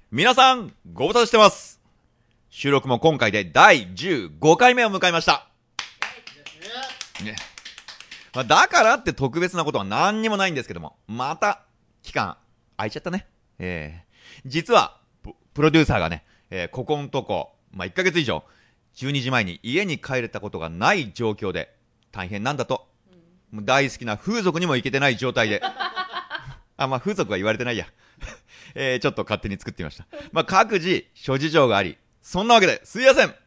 皆さん、ご無沙汰してます。収録も今回で第15回目を迎えました。ね。だからって特別なことは何にもないんですけども、また、期間、空いちゃったね。実は、プロデューサーがね、ここんとこ、1ヶ月以上、12時前に家に帰れたことがない状況で、大変なんだと。もう大好きな風俗にも行けてない状態で。風俗は言われてないや。ちょっと勝手に作ってみました。各自、諸事情があり、そんなわけで、すいません。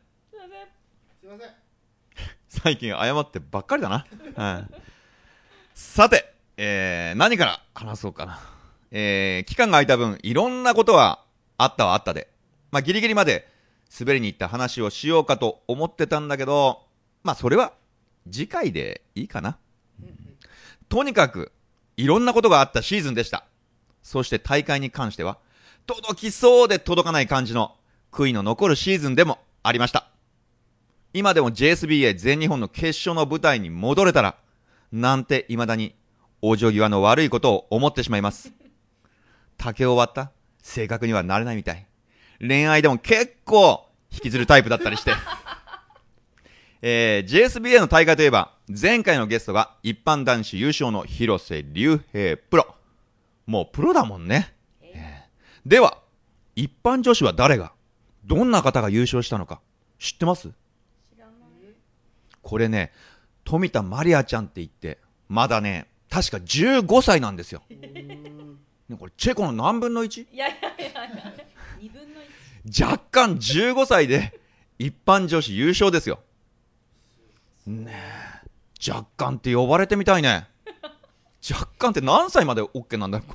最近謝ってばっかりだな。さて、何から話そうかな。期間が空いた分、いろんなことはあったはあったで、ギリギリまで滑りに行った話をしようかと思ってたんだけど、それは次回でいいかな。とにかく、いろんなことがあったシーズンでした。そして大会に関しては、届きそうで届かない感じの悔いの残るシーズンでもありました。今でも JSBA 全日本の決勝の舞台に戻れたら、なんて未だにお嬢際の悪いことを思ってしまいます。竹を割った性格にはなれないみたい。恋愛でも結構引きずるタイプだったりして。JSBA の大会といえば、前回のゲストが一般男子優勝の広瀬隆平プロ。もうプロだもんね。では、一般女子は誰が、どんな方が優勝したのか、知ってます？ 知らない。 これね、富田マリアちゃんって言って、まだね、確か15歳なんですよ。ね、これチェコの何分の 1？ いや2分の1。 若干15歳で一般女子優勝ですよ。ねえ、若干って呼ばれてみたいね。若干って何歳まで OK なんだろ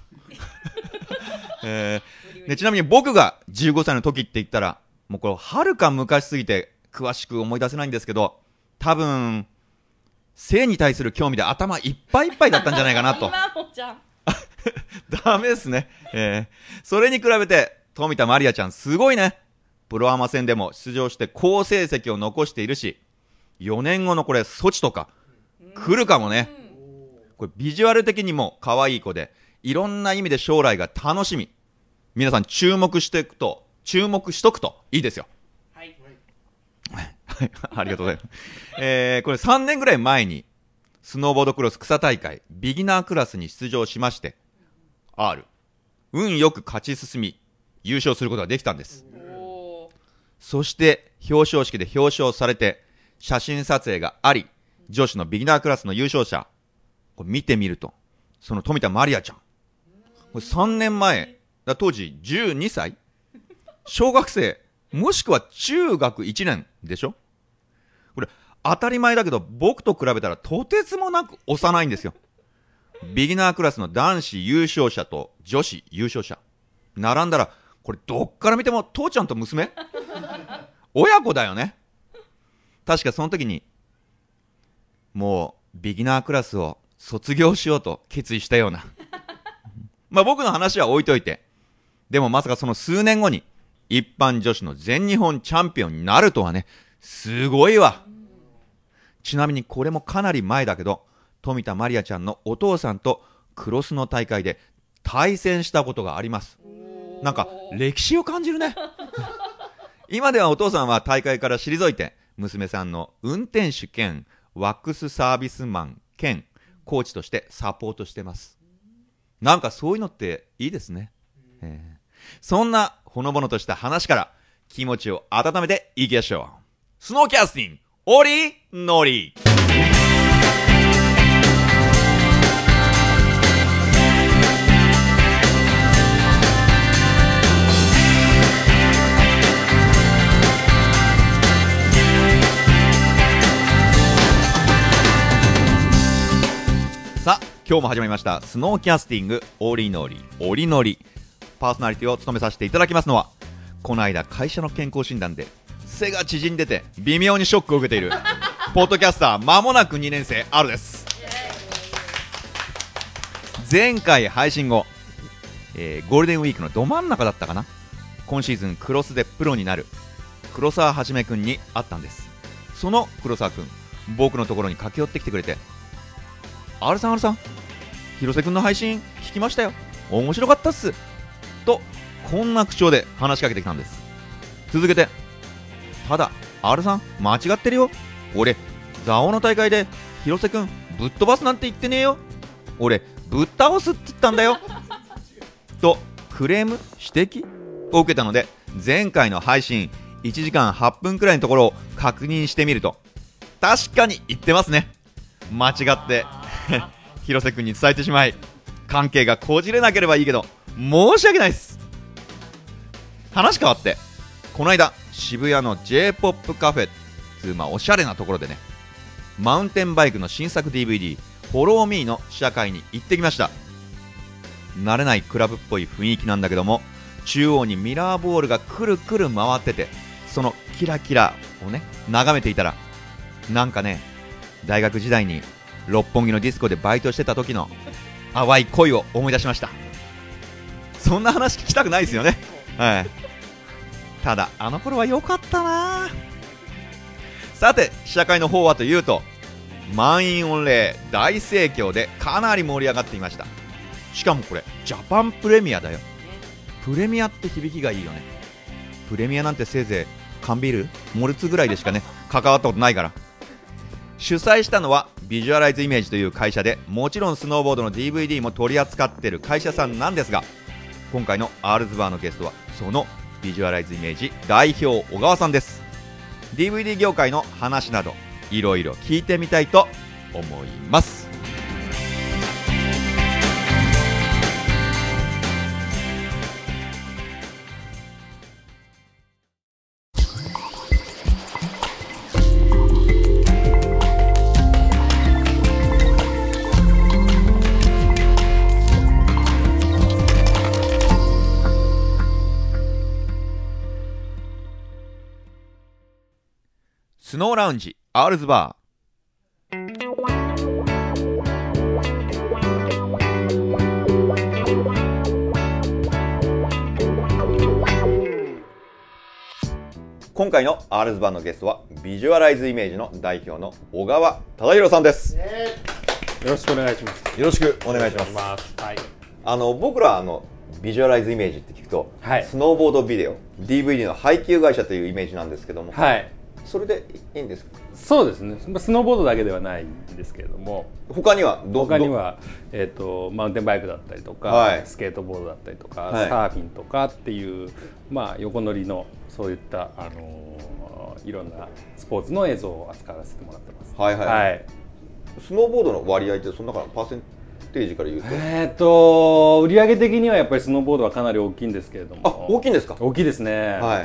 う。ちなみに僕が15歳の時って言ったら、もうこれはるか昔すぎて詳しく思い出せないんですけど、多分性に対する興味で頭いっぱいいっぱいだったんじゃないかなと。 今もじゃん。 ダメですね。それに比べて富田マリアちゃんすごいね。プロアマ戦でも出場して好成績を残しているし、4年後のこれソチとか来るかもね。これビジュアル的にも可愛い子で、いろんな意味で将来が楽しみ。皆さん注目しとくといいですよ。 はい。 ありがとうございます。これ3年ぐらい前にスノーボードクロス草大会ビギナークラスに出場しまして、運よく勝ち進み優勝することができたんです。そして表彰式で表彰されて写真撮影があり、女子のビギナークラスの優勝者、これ見てみると、その富田マリアちゃん、これ3年前だ、当時12歳、小学生もしくは中学1年でしょ。これ当たり前だけど、僕と比べたらとてつもなく幼いんですよ。ビギナークラスの男子優勝者と女子優勝者並んだら、これどっから見ても父ちゃんと娘親子だよね。確かその時にもうビギナークラスを卒業しようと決意したような僕の話は置いといて、でもまさかその数年後に一般女子の全日本チャンピオンになるとはね、すごいわ。ちなみにこれもかなり前だけど、富田マリアちゃんのお父さんとクロスの大会で対戦したことがあります。なんか歴史を感じるね。今ではお父さんは大会から退いて、娘さんの運転手兼ワックスサービスマン兼コーチとしてサポートしてます。なんかそういうのっていいですね。そんなほのぼのとした話から気持ちを温めていきましょう。スノーキャスティングオリノリ。さあ、今日も始まりましたスノーキャスティングオリノリオリノリ。パーソナリティを務めさせていただきますのは、この間会社の健康診断で背が縮んでて微妙にショックを受けているポッドキャスター間もなく2年生あるです。前回配信後、ゴールデンウィークのど真ん中だったかな、今シーズンクロスでプロになる黒沢はじめくんに会ったんです。その黒沢くん、僕のところに駆け寄ってきてくれて、Rさん広瀬くんの配信聞きましたよ、面白かったっすとこんな口調で話しかけてきたんです。続けて、ただ R さん間違ってるよ、俺蔵王の大会で広瀬くんぶっ飛ばすなんて言ってねえよ、俺ぶっ倒すって言ったんだよとクレーム指摘を受けたので、前回の配信1時間8分くらいのところを確認してみると、確かに言ってますね。間違って広瀬くんに伝えてしまい、関係がこじれなければいいけど申し訳ないです。話変わって、この間渋谷の J-POP カフェつう、おしゃれなところでね、マウンテンバイクの新作 DVD フォローミーの試写会に行ってきました。慣れないクラブっぽい雰囲気なんだけども、中央にミラーボールがくるくる回ってて、そのキラキラをね眺めていたら、なんかね、大学時代に六本木のディスコでバイトしてた時の淡い恋を思い出しました。そんな話聞きたくないですよね。はい。ただあの頃は良かったな。さて試写会の方はというと、満員御礼大盛況でかなり盛り上がっていました。しかもこれジャパンプレミアだよ。プレミアって響きがいいよね。プレミアなんてせいぜい缶ビールモルツぐらいでしかね関わったことないから。主催したのはビジュアライズイメージという会社で、もちろんスノーボードの DVD も取り扱っている会社さんなんですが、今回の R ズバーのゲストはそのビジュアライズイメージ代表小川さんです。 DVD 業界の話などいろいろ聞いてみたいと思います。スノーラウンジ R ズバー。今回の R ズバーのゲストはビジュアライズイメージの代表の小川忠宏さんです。 よろしくお願いします。 よろしくお願いします。 はい、 僕らビジュアライズイメージって聞くと、 はい、 スノーボードビデオ DVD の配給会社というイメージなんですけども、 はい、 それでいいんですか？ そうですね。スノーボードだけではないんですけれども、 他にはマウンテンバイクだったりとか、 はい、 スケートボードだったりとか、 はい、 サーフィンとかっていう、横乗りのそういったいろんなスポーツの映像を扱わせてもらってます。 はいはい、はい、スノーボードの割合ってその中のパーセンテージから言うと、売上的にはやっぱりスノーボードはかなり大きいんですけれども。 あ、大きいんですか？ 大きいですね。 はい。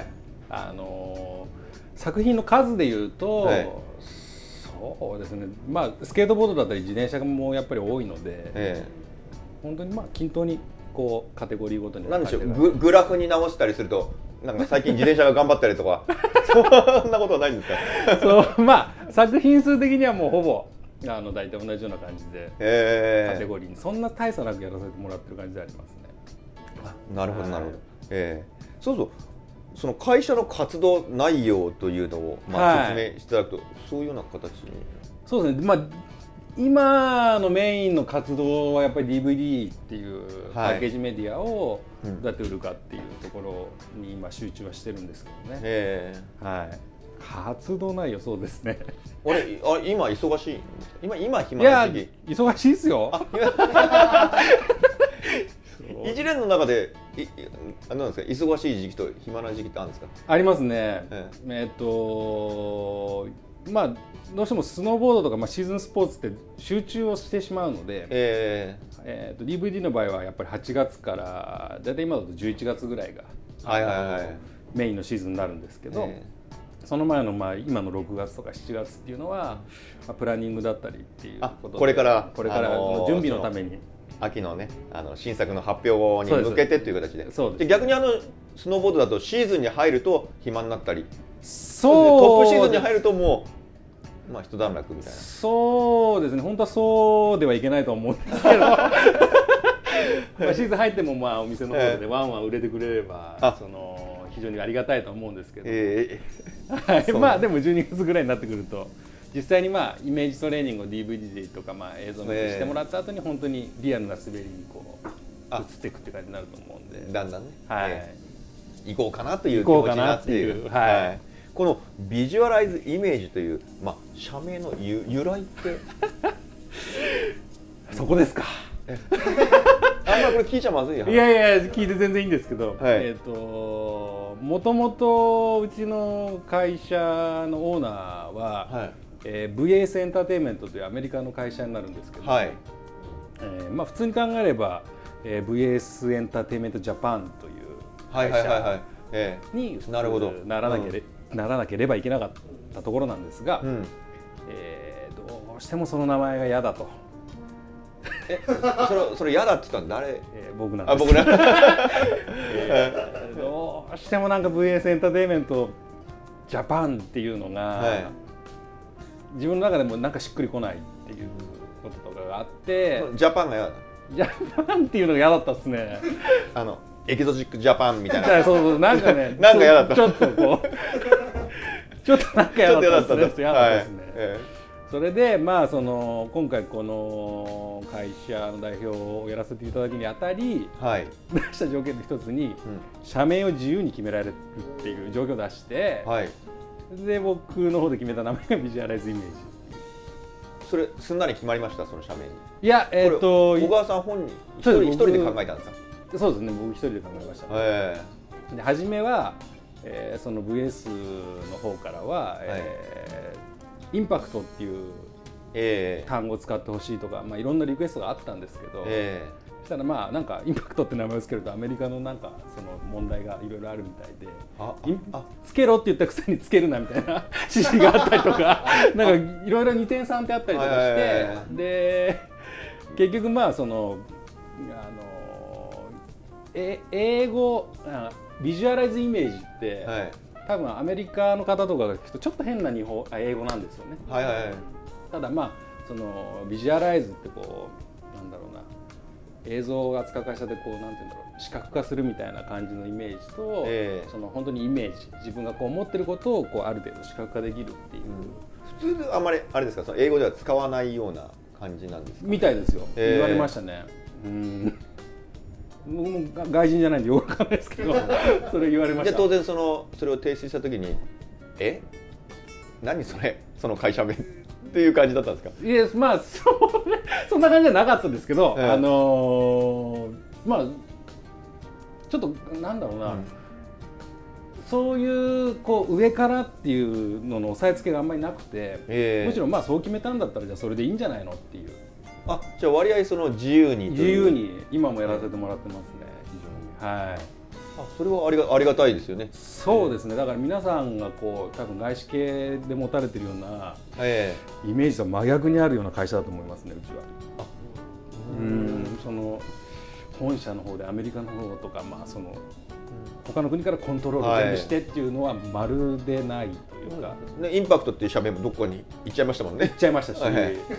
作品の数でいうと、 はい、 そうですね、スケートボードだったり自転車もやっぱり多いので、本当に均等にこうカテゴリーごとになんでしょう、グラフに直したりするとなんか最近自転車が頑張ったりとかそんなことはないんですか？ そう作品数的にはもうほぼ大体同じような感じで、カテゴリーにそんな大差なくやらせてもらってる感じでありますね。 なるほどなるほど。そうそう、その会社の活動内容というのを説明していただくと、そういうような形に。 そうですね、今のメインの活動はやっぱり DVD っていうパッケージメディアをどうやって売るかっていうところに今集中はしてるんですけどね。はい、活動内容そうですね。 今忙しい？今暇な時期？ いや忙しいですよ。 一年の中でなんですか、忙しい時期と暇な時期ってあるんですか？ ありますね。どうしてもスノーボードとか、シーズンスポーツって集中をしてしまうので、DVD の場合はやっぱり8月からだいたい今だと11月ぐらいがメインのシーズンになるんですけど、その前の今の6月とか7月っていうのは、プランニングだったりっていうことで、 これからの準備のために秋のね新作の発表に向けてという形で。で逆にスノーボードだとシーズンに入ると暇になったり、トップシーズンに入るともう一段落みたいな。 そうですね、本当はそうではいけないと思うんですけどシーズン入ってもお店の方でワンワン売れてくれれば、非常にありがたいと思うんですけど、でも12月ぐらいになってくると実際にイメージトレーニングを DVD とか映像見てしてもらった後に本当にリアルな滑りにっていくって感じになると思うんで、 だんだんね、 はい、 行こうかなという気持ちになっている。はい、このビジュアライズイメージという、社名の由来ってそこですか。 これ聞いちゃまずいや。 いや聞いて全然いいんですけど、もともとうちの会社のオーナーは、VS エンターテインメントというアメリカの会社になるんですけど、普通に考えれば、VS エンターテインメントジャパンという会社にならなければいけなかったところなんですが、どうしてもその名前が嫌だと。 それ嫌だって言ったの誰？ 僕なんです。僕ね。どうしてもなんか VS エンターテインメントジャパンっていうのが、自分の中でもなんかしっくりこないっていうこととかがあって、 ジャパンが嫌だ。 ジャパンっていうのが嫌だったですね。 エキゾチックジャパンみたいな。 そうなんかね、 なんか嫌だった。 ちょっとなんか嫌だったですね。それで今回この会社の代表をやらせていただくにあたり、出した条件の一つに、社名を自由に決められるっていう状況を出して、で僕の方で決めた名前がビジュアライズイメージ。 それすんなり決まりました、その社名に？ いや、 小川さん本人一人で考えたんですか？ そうですね、僕一人で考えました。で初めは、その VS の方からは、インパクトっていう単語を使ってほしいとか、いろんなリクエストがあったんですけど、そしたらなんかインパクトって名前をつけるとアメリカのなんかその問題がいろいろあるみたいで、つけろって言ったくせにつけるなみたいな指示があったりとか、なんかいろいろ二転三転あったりとかして、で結局その英語ビジュアライズイメージって、多分アメリカの方とかが聞くとちょっと変な英語なんですよね。ただそのビジュアライズってなんだろうな、映像が扱う会社でなんていうんだろう、視覚化するみたいな感じのイメージと、その本当にイメージ、自分が思ってることをある程度視覚化できるっていう。 普通あんまりあれですか、その英語では使わないような感じなんですか？ みたいですよ。言われましたね。もう外人じゃないんでよくわかんないですけどそれ言われました。 じゃあ当然それを提出した時に何その会社名っていう感じだったんですか？ いやそんな感じじゃなかったんですけど、ちょっとなんだろうな、そういう上からっていうのの押さえつけがあんまりなくて、むしろそう決めたんだったらじゃあそれでいいんじゃないのっていう。 じゃあ割合自由に今もやらせてもらってますね、非常に。 それはありがたいですよね。 そうですね。だから皆さんが多分外資系で持たれてるようなイメージと真逆にあるような会社だと思いますね、うちは。その本社の方でアメリカの方とか、他の国からコントロール全部してっていうのはまるでないというか、 インパクトっていう社名もどこかに行っちゃいましたもんね。 行っちゃいましたし、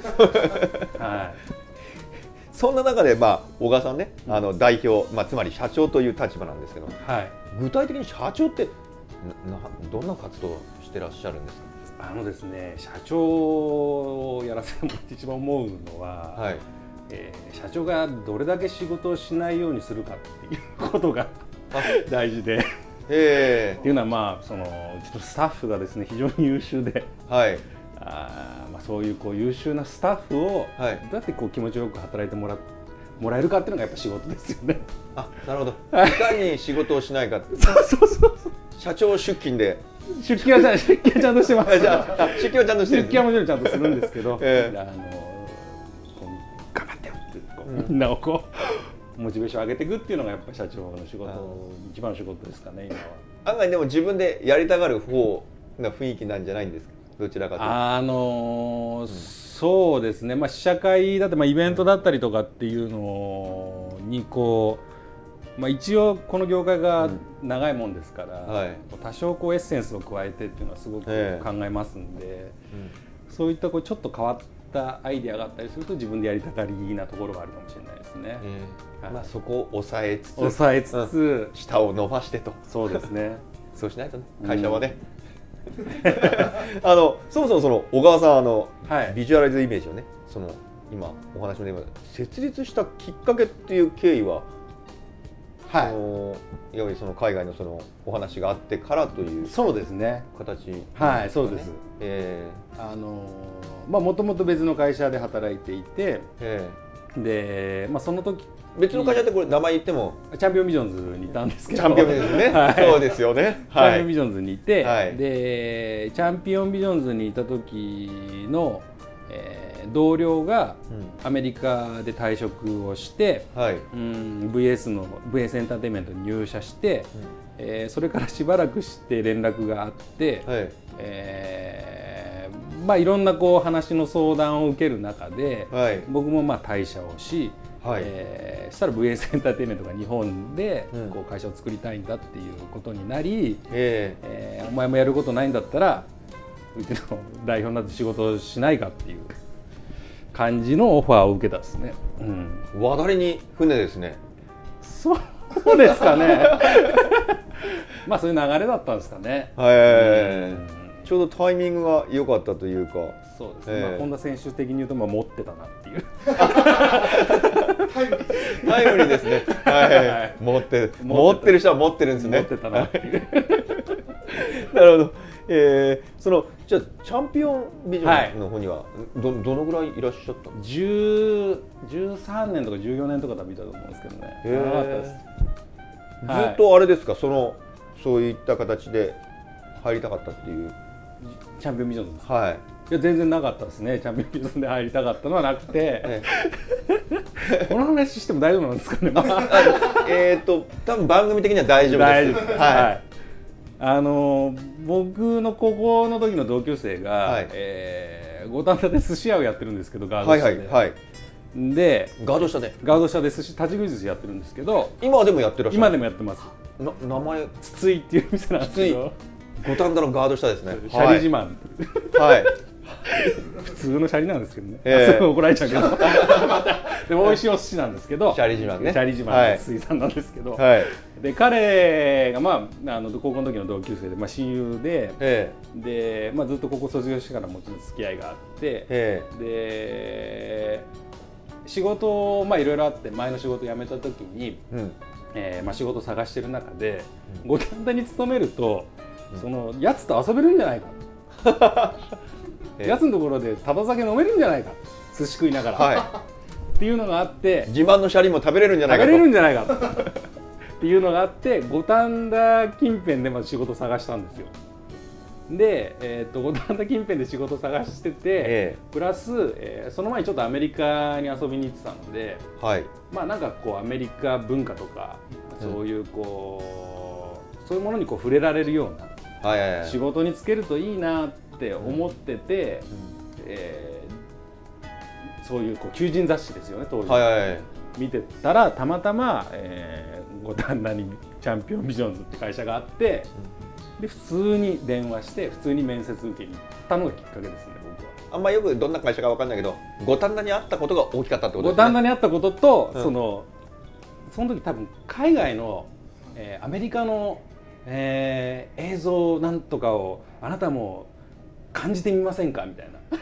そんな中で小川さんね、代表、つまり社長という立場なんですけど、具体的に社長ってどんな活動をしてらっしゃるんですか？ ですね、社長をやらせてもらって一番思うのは、社長がどれだけ仕事をしないようにするかっていうことが大事でっていうのはうちのスタッフがですね非常に優秀で、そういう優秀なスタッフをどうやって気持ちよく働いてもらえるかっていうのがやっぱ仕事ですよね。 なるほど。いかに仕事をしないかって。社長出勤で。 出勤はちゃんとしてます。 出勤はちゃんとしてる。 出勤はもちろんちゃんとするんですけど、頑張ってよってみんなをモチベーション上げていくっていうのがやっぱり社長の仕事、一番の仕事ですかね、今は。 案外でも自分でやりたがる方な雰囲気なんじゃないんですか？どちらかというと。 そうですね。試写会だってイベントだったりとかっていうのに一応この業界が長いもんですから、多少エッセンスを加えてっていうのはすごく考えますんで、そういったちょっと変わったアイデアがあったりすると自分でやりたがりなところがあるかもしれないですね。 そこを抑えつつ下を伸ばしてと。 そうですね。 そうしないとね、会社はね。そもそも小川さんビジュアライズイメージをね、今お話の今設立したきっかけっていう経緯ははい、やはりその海外のそのお話があってからというそうですね形、ね、 はいそうです。もともと別の会社で働いていて、で、その時別の会社ってこれ名前言ってもチャンピオンビジョンズにいたんですけど、 チャンピオンビジョンズね、はい、そうですよね、 チャンピオンビジョンズにいて、はい、でチャンピオンビジョンズにいた時の、同僚がアメリカで退職をして、はい、VS エンターテインメントに入社して、それからしばらくして連絡があって、はい、いろんなこう話の相談を受ける中で、はい、僕も退社をし、はい、そしたら VS エンターテインメントが日本でこう会社を作りたいんだっていうことになり、お前もやることないんだったらうちの代表になって仕事をしないかっていう感じのオファーを受けたですね。 渡りに船ですね。 そうですかね。そういう流れだったんですかね。 ちょうどタイミングが良かったというか。 そうですね。本田選手的に言うと持ってたなっていう。 タイムリーですね。はい。持ってる人は持ってるんですね。 持ってたなっていう。 なるほど。じゃあチャンピオンビジョンの方にはどのぐらいいらっしゃったんですか ？13年とか14年とか見たと思うんですけどね。長かったです。 ずっとあれですか、そういった形で入りたかったっていう。 チャンピオンビジョンですか？ はい。 いや全然なかったですね。チャンピオンビジョンで入りたかったのはなくて、この話しても大丈夫なんですかね。 多分番組的には大丈夫です。はい。 僕の高校の時の同級生が、はい、五反田で寿司屋をやってるんすけど、ガード下で、はい、でガード下で寿司立ち食い寿司やってるんですけど、 今でもやってらっしゃる？ 今でもやってます。 名前筒井っていう店なんですけど、 五反田のガード下ですね。 シャリ自慢、はい、普通のシャリなんですけどね、怒られちゃうけどでも美味しいお寿司なんですけど、 シャリ自慢ね、 シャリ自慢の筒井さんなんですけど、はい、で彼が、高校の時の同級生で、親友で、でずっと高校卒業してからもちろん付き合いがあって、で仕事をいろいろあって前の仕事辞めた時に、仕事を探してる中で、五反田に勤めるとそのやつと遊べるんじゃないかやつのところでただ酒飲めるんじゃないか、寿司食いながら、はい、っていうのがあって、 自慢のシャリも食べれるんじゃないかっていうのがあって、五反田近辺でまず仕事を探したんですよ。で、五反田近辺で仕事を探してて、プラス、その前にちょっとアメリカに遊びに行ってたので、はい、なんかこうアメリカ文化とかそういうそういうものに触れられるような仕事に就けるといいなって思ってて、そういう求人雑誌ですよね当時、見てたらたまたま、五反田にチャンピオンビジョンズって会社があって、で普通に電話して普通に面接受けに行ったのがきっかけですね。僕はあんまよくどんな会社か分かんないけど、五反田にあったことが大きかったってことですね。 五反田にあったことと、その時多分海外の、アメリカの、映像なんとかをあなたも感じてみませんかみたいな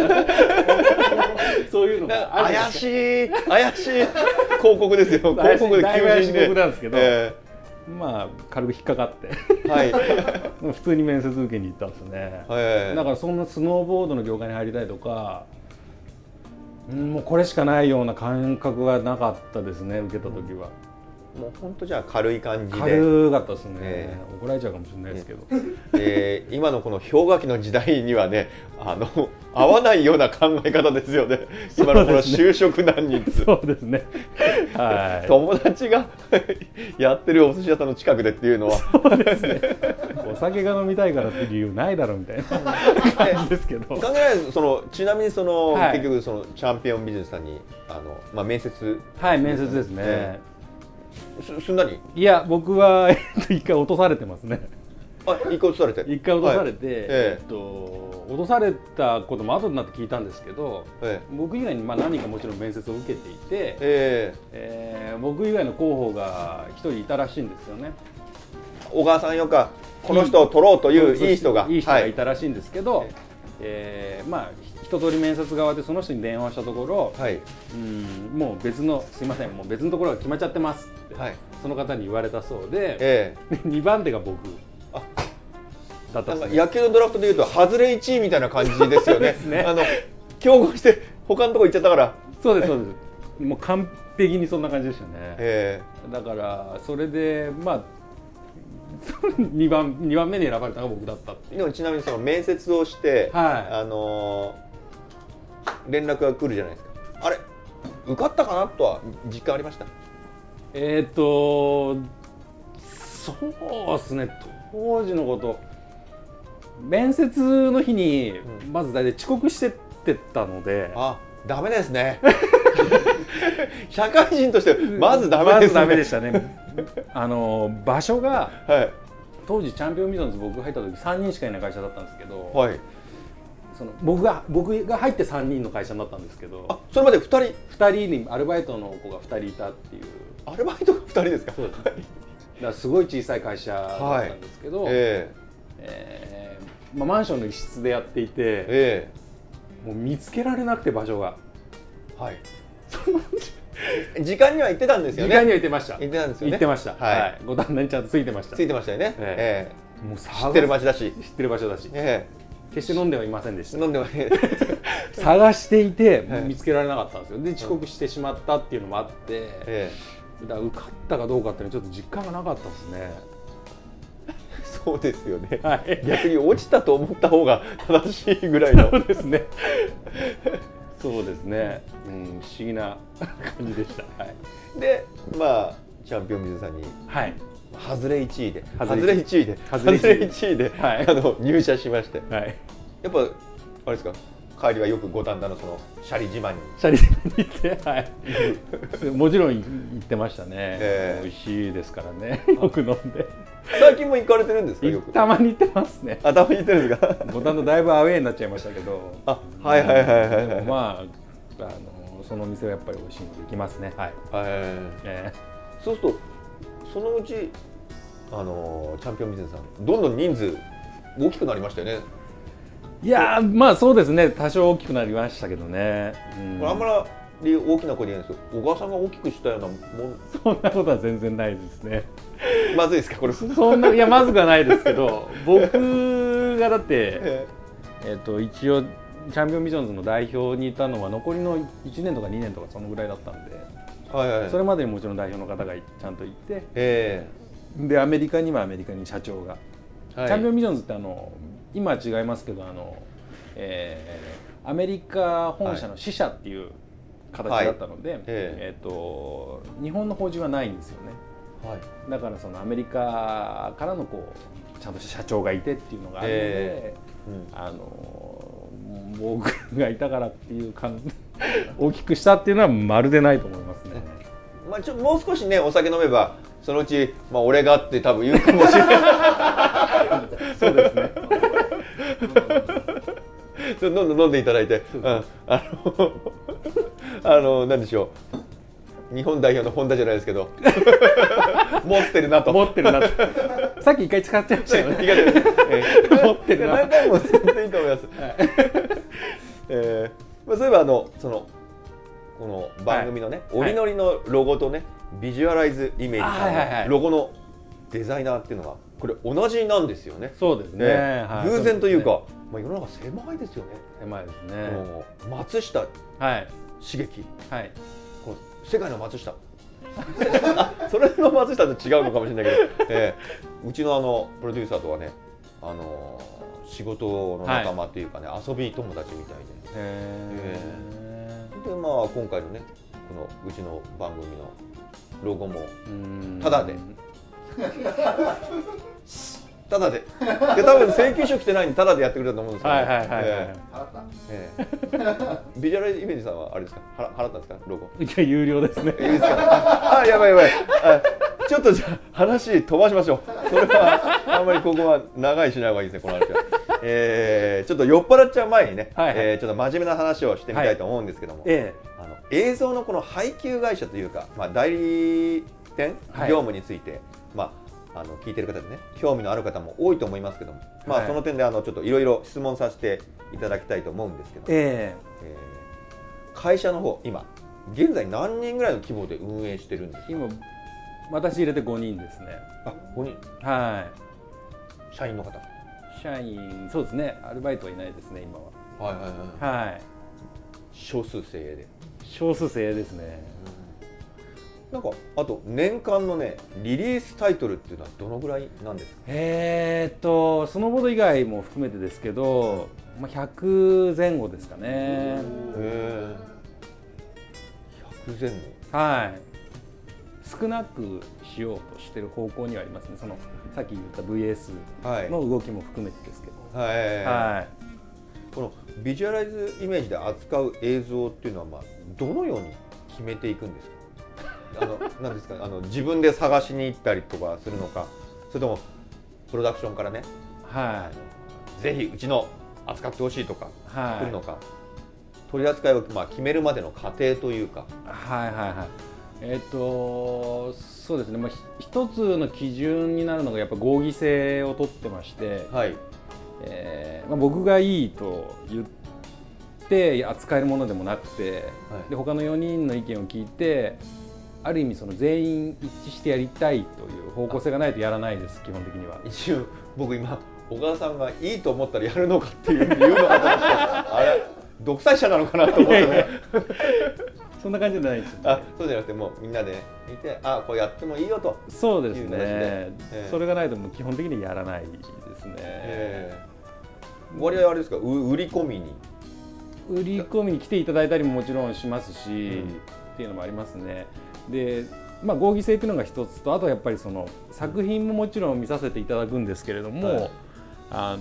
そういうのがある。 怪しい広告ですよ。広告で求人でなんですけど、軽く引っかかって、はい、普通に面接受けに行ったんですね。だからそんなスノーボードの業界に入りたいとか、もうこれしかないような感覚がなかったですね、受けた時は。 もう本当じゃあ軽い感じで。 軽かったですね。怒られちゃうかもしれないですけど、今のこの氷河期の時代にはね、合わないような考え方ですよね。今のこの就職難率。 そうですね。はい。 友達がやってるお寿司屋さんの近くでっていうのは。 そうですね。お酒が飲みたいからって理由ないだろうみたいな感じですけど。 考えないちなみに結局チャンピオンビジネスさんに面接。 はい、面接ですね。 すんなり？ いや、僕は一回落とされてますね。 一回落とされて？ 一回落とされて、落とされたことも後になって聞いたんですけど、僕以外に何人かもちろん面接を受けていて、僕以外の候補が一人いたらしいんですよね。 小川さんよかこの人を取ろうといういい人がいたらしいんですけど、一一通り面接側でその人に電話したところ、はい、もう別のすいませんもう別のところが決まっちゃってますって、はい、その方に言われたそうで、2番手が僕だったんです、ね、 野球のドラフトでいうと外れ1位みたいな感じですよね。ね競合して他のとこ行っちゃったから。 そうですそうです。もう完璧にそんな感じでしたね。だからそれでまあ2番目に選ばれたのが僕だったっていう。 でもちなみにその面接をして、はい、連絡が来るじゃないですか。あれ受かったかなとは実感ありました？ そうですね、当時のこと面接の日にまず大体遅刻してってたので、 あ、ダメですね。社会人としてまずダメですね。 まずダメでしたね。場所が、はい、当時チャンピオンビジョンズ僕が入った時3人しかいない会社だったんですけど、はい、僕が入って3人の会社になったんですけど、 あ、それまで2 人にアルバイトの子が2人いたっていう。 アルバイトが2人ですか？ そうです。だからすごい小さい会社だったんですけど、マンションの一室でやっていて、もう見つけられなくて場所が、はい、 時間には行ってたんですよね。 時間には行ってました。 行ってたんですよね。 行ってました。はい。五反田にちゃんとついてました。 ついてましたよね。 もう知ってる街だし、 知ってる場所だし、決して飲んではいませんでした。 飲んでは探していて見つけられなかったんですよ。で遅刻してしまったっていうのもあって、だから受かったかどうかっていうのはちょっと実感がなかったですね。 そうですよね、はい、逆に落ちたと思った方が正しいぐらいの。 そうですね。そうですね、不思議な感じでした。はい、 で、まあチャンピオン水さんに、はい、外れ1位で外れ1位で、はい、入社しまして、はい、やっぱあれですか、帰りはよく五反田のそのシャリ自慢に行って、はい、もちろん行ってましたね。美味しいですからね、よく飲んで。 最近も行かれてるんですか？よくたまに行ってますね。 あ、たまに行ってるんですか？ 五反田だいぶアウェーになっちゃいましたけど、 あ、はいはいはいはいはい、 まあその店はやっぱり美味しいので行きますね。はい、 そうするとそのうちチャンピオン水さんどんどん人数大きくなりましたよね。 いやー、まあそうですね、多少大きくなりましたけどね。 これあんまり大きな声で言うんですけど、小川さんが大きくしたようなもん。 そんなことは全然ないですね。 まずいですかこれ？ そんな、いやまずくはないですけど、僕がだって一応チャンピオンビジョンズの代表にいたのは残りの1年とか2年とかそのぐらいだったんで、はいはい、それまでにもちろん代表の方がちゃんといて、でアメリカにはアメリカに社長が、はい、チャンピオンビジョンズって今は違いますけどアメリカ本社の支社っていう形だったので、日本の法人はないんですよね。はい、だからそのアメリカからのちゃんとした社長がいてっていうのがあるので、僕がいたからっていう大きくしたっていうのはまるでないと思いますね。 まあもう少しねお酒飲めばそのうち、まあ、俺がって多分言うかもしれない。 そうですね。 どんどん飲んでいただいて、何でしょう、日本代表の本田じゃないですけど持ってるなとさっき一回使っちゃいましたよね。持ってるな、 何回も使っていいと思います。そういえばこの番組のね、おりのりのロゴとね、ビジュアライズイメージさんのロゴのデザイナーっていうのがこれ同じなんですよね。 そうですね。 偶然というか、まあ世の中狭いですよね。 狭いですね。 松下茂樹、はい、世界の松下。それの松下と違うのかもしれないけど、うちのプロデューサーとはね、仕事の仲間っていうかね、遊び友達みたいで。でまあ今回のねこのうちの番組のロゴもタダでタダで多分請求書来てないんでタダでやってくれたと思うんですけど、ビジュアライズイメージさんはあれですか、払ったんですかロゴ？ いや有料ですね。 いいですか？あ、やばいやばい。ちょっとじゃあ話飛ばしましょう。それはあんまりここは長いしない方がいいですねこの話は。ちょっと酔っ払っちゃう前にね、ちょっと真面目な話をしてみたいと思うんですけども、映像のこの配給会社というか、まあ、代理店業務について、まあ、 聞いてる方でね興味のある方も多いと思いますけども、まあ、その点でちょっといろいろ質問させていただきたいと思うんですけど、会社の方今現在何人ぐらいの規模で運営してるんですか？ 今私入れて5人ですね。 あ、5人。 はい。 社員の方？ 社員、そうですね。アルバイトはいないですね今は。 はいはいはい。はい。少数精鋭で。 少数精鋭ですね。 なんかあと年間のねリリースタイトルっていうのはどのぐらいなんですか？ スノーボード以外も含めてですけど、まあ、100前後ですかね。 100前後。 はい。少なくしようとしてる方向にはありますね。そのさっき言った VS の動きも含めてですけど。はい。はい。 このビジュアライズイメージで扱う映像っていうのはまあどのように決めていくんですか？なんですか、自分で探しに行ったりとかするのか、それともプロダクションからね、はい、ぜひうちの扱ってほしいとか来るのか、取り扱いをまあ決めるまでの過程というか。 はいはいはい。そうですね、まあ、一つの基準になるのがやっぱ合議制を取ってまして、はい、まあ、僕がいいと言って扱えるものでもなくて、はい、で他の4人の意見を聞いてある意味その全員一致してやりたいという方向性がないとやらないです。基本的には。 一瞬僕今小川さんがいいと思ったらやるのかっていうのかと思ってあれ独裁者なのかなと思ってねそんな感じじゃないですよね。 あ、そうじゃなくてもうみんなで見て、あ、こうやってもいいよと。 そうですね、それがないともう基本的にやらないですね。 我々あれですか、売り込みに来ていただいたりももちろんしますし、っていうのもありますね。で、まあ、合議制というのが一つと、あとはやっぱりその作品ももちろん見させていただくんですけれども、はい、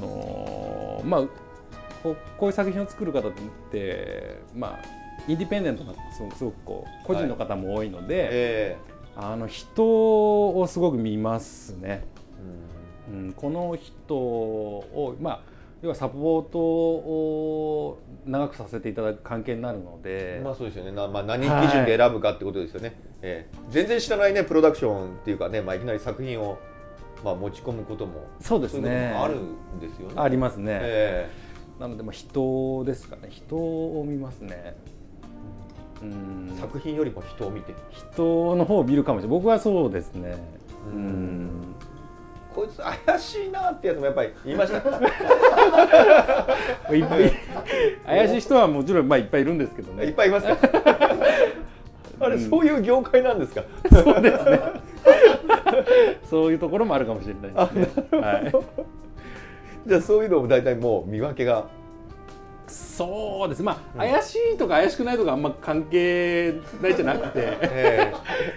まあ、こういう作品を作る方って、まあ、インディペンデントなすごくこう個人の方も多いので、人をすごく見ますね。この人を、まあ、要はサポートを長くさせていただく関係になるので、 まあそうですよね。まあ、何基準で選ぶかってことですよね。全然知らないねプロダクションっていうかね、まあ、いきなり作品を、まあ、持ち込むこともそうですね。 そういうこともあるんですよね。 ありますね。なのでまあ人ですかね。人を見ますね。 作品よりも人を見て人の方を見るかもしれない。僕はそうですね。 こいつ怪しいなってやつもやっぱり言いました怪しい人はもちろんまあいっぱいいるんですけどね。 いっぱいいますかあれ、そういう業界なんですか？ そうですねそういうところもあるかもしれないですね。はい、 じゃあそういうのも大体もう見分けが。 そうです。まあ、怪しいとか怪しくないとかあんま関係ないじゃなくて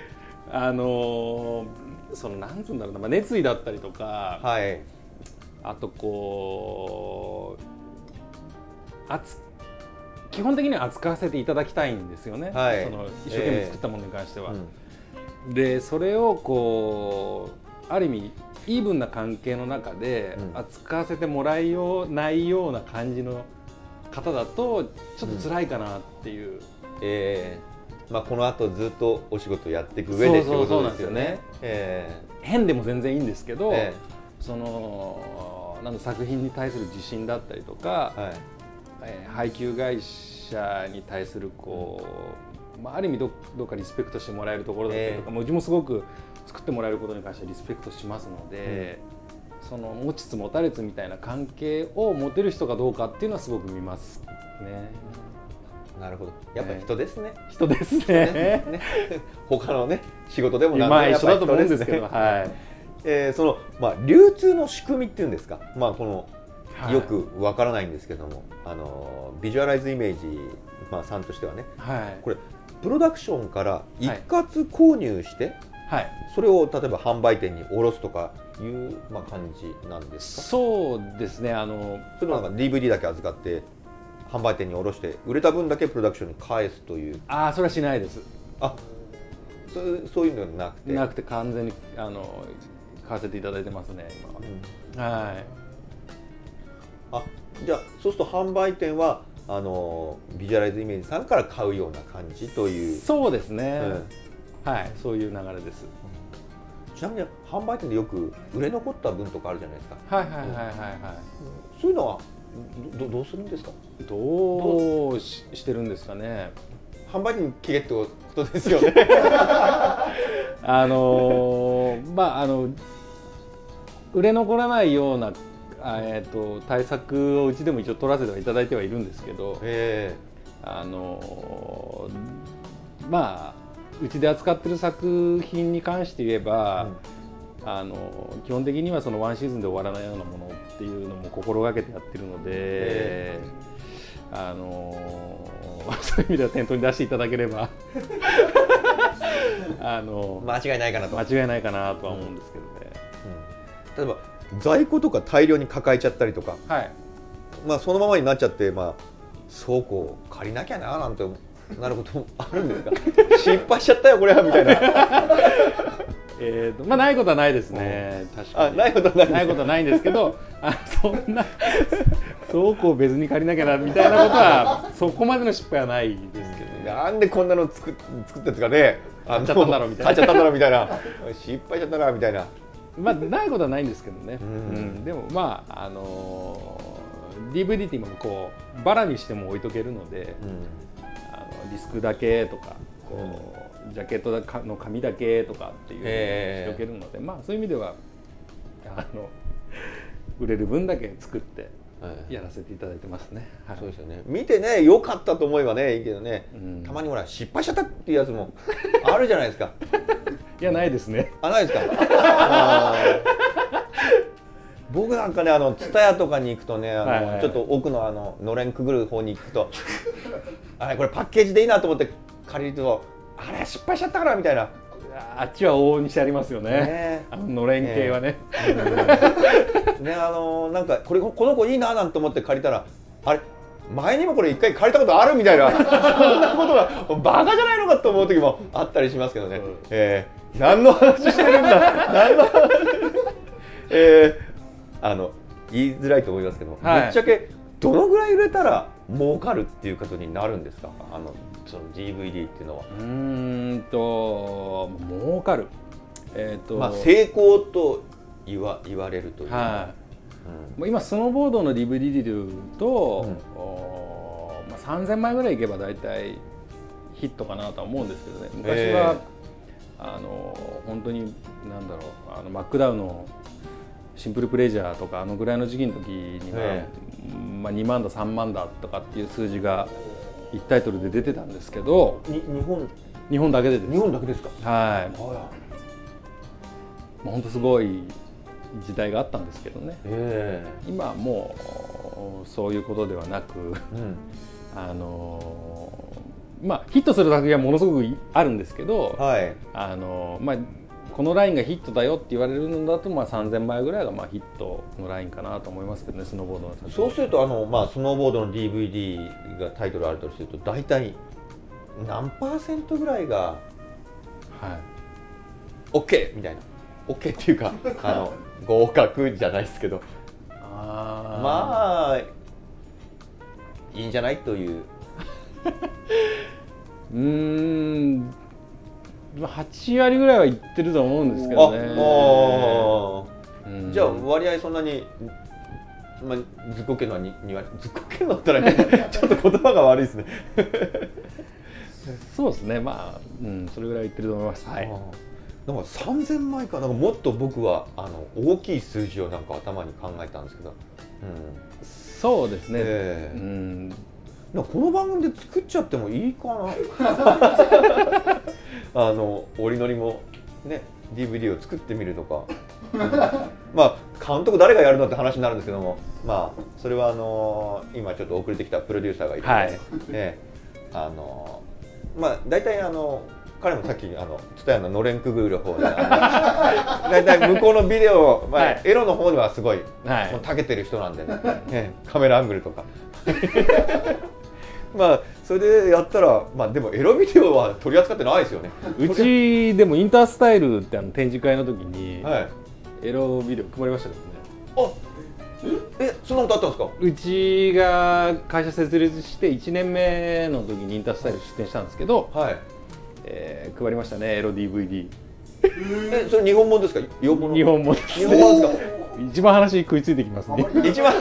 そのなんつうんだろうな、まあ、熱意だったりとか、はい、あとこう基本的には扱わせていただきたいんですよね、はい、その一生懸命作ったものに関しては。でそれをこうある意味イーブンな関係の中で扱わせてもらえないような感じの方だとちょっと辛いかなっていう。 まあ、この後ずっとお仕事やっていく上でってことですよね。 変でも全然いいんですけど、その作品に対する自信だったりとか、配給会社に対するこう、まあ、ある意味どっかリスペクトしてもらえるところだったりとか、うちもすごく作ってもらえることに関してリスペクトしますので、その持ちつ持たれつみたいな関係を持てる人かどうかっていうのはすごく見ますね。 なるほど。やっぱり人ですね。 人ですね。 他のね仕事でもまあ一緒だと思うんですけど、はい。 そのまあ流通の仕組みっていうんですか。まあこのよくわからないんですけども、ビジュアライズイメージまあさんとしてはね、これプロダクションから一括購入して、それを例えば販売店に卸すとかいうまあ感じなんですか。 そうですね。 それはなんか DVD だけ預かって。販売店に卸して売れた分だけプロダクションに返すという。 ああ、それはしないです。 そういうのはなくて完全に買わせていただいてますね今は。 はい。じゃあそうすると販売店はビジュアライズイメージさんから買うような感じという。 そうですね。はい、そういう流れです。 ちなみに販売店でよく売れ残った分とかあるじゃないですか。 はいはいはいはいはい。 そういうのはどうするんですか。 どうしてるんですかね。 販売店に消えってことですよね。 売れ残らないような対策をうちでも一応取らせてはいただいてはいるんですけど、うちで扱ってる作品に関して言えば、基本的にはそのワンシーズンで終わらないようなものっていうのも心がけてやってるので、そういう意味では店頭に出していただければ間違いないかなと。 間違いないかなとは思うんですけどね。 例えば在庫とか大量に抱えちゃったりとか、そのままになっちゃって、倉庫を借りなきゃななんてなることもあるんですか。失敗しちゃったよこれはみたいな。 ないことはないですね。確かにないことはないんですけど、そんな倉庫を別に借りなきゃなみたいなことはそこまでの失敗はないですけどね。 なんでこんなの作ったんですかね。 買っちゃったんだろうみたいな。 失敗しちゃったなみたいな。 ないことはないんですけどね。でもDVD って今こうバラにしても置いとけるので、ディスクだけとかジャケットの紙だけとかっていうのをしておけるので、そういう意味では売れる分だけ作ってやらせていただいてますね。 そうですよね。見てね良かったと思えばねいいけどね、たまにほら失敗しちゃったっていうやつもあるじゃないですか。 いやないですね。 ないですか。僕なんかねTSUTAYAとかに行くとねちょっと奥ののれんくぐる方に行くとこれパッケージでいいなと思って借りるとあれ失敗しちゃったからみたいな。 あっちは往々にしてありますよね。のれん系はね。 なんかこの子いいななんて思って借りたらあれ前にもこれ一回借りたことあるみたいなそんなことがバカじゃないのかと思う時もあったりしますけどね。何の話してるんだ。言いづらいと思いますけど、ぶっちゃけどのぐらい売れたら儲かるっていうことになるんですか。その DVD っていうのは。 儲かる。 成功と言われるという。 今スノーボードの DVD でいうと、3000枚ぐらいいけば大体ヒットかなとは思うんですけどね。昔は本当にマックダウのシンプルプレジャーとかぐらいの時期の時には、2万だ3万だとかっていう数字が1タイトルで出てたんですけど、日本だけでです。 日本だけですか。 本当すごい時代があったんですけどね。今はもうそういうことではなく、ヒットする作品はものすごくあるんですけど、このラインがヒットだよって言われるのだと3000枚ぐらいがヒットのラインかなと思いますけどね。スノーボードの作品。 そうするとスノーボードの DVD がタイトルあるとすると大体何%ぐらいが OK みたいな。OK っていうか合格じゃないですけど、いいんじゃないという。 8割ぐらいはいってると思うんですけどね。じゃあ割合そんなに、ずっこけのは2割、ずっこけのったらちょっと言葉が悪いですね。 そうですね。それぐらいいってると思います。 なんか3000枚か。なんかもっと僕は大きい数字をなんか頭に考えたんですけど。 そうですね。 この番組で作っちゃってもいいかな。おりのりもね DVD を作ってみるとか。監督誰がやるのって話になるんですけども、それは今ちょっと遅れてきたプロデューサーがいるので、大体彼もさっきTSUTAYAののれんくぐる方で大体向こうのビデオ、エロの方ではすごいもう長けてる人なんでね、カメラアングルとかそれでやったら、でもエロビデオは取り扱ってないですよね。 うちでもインタースタイルって展示会の時に、エロビデオ配りましたけどね。 そんなことあったんですか。 うちが会社設立して1年目の時にインタースタイル出展したんですけど、配りましたね、エロ DVD。 それ日本語ですか？ 日本語です。 日本語ですか？ 一番話食いついてきますね。 一番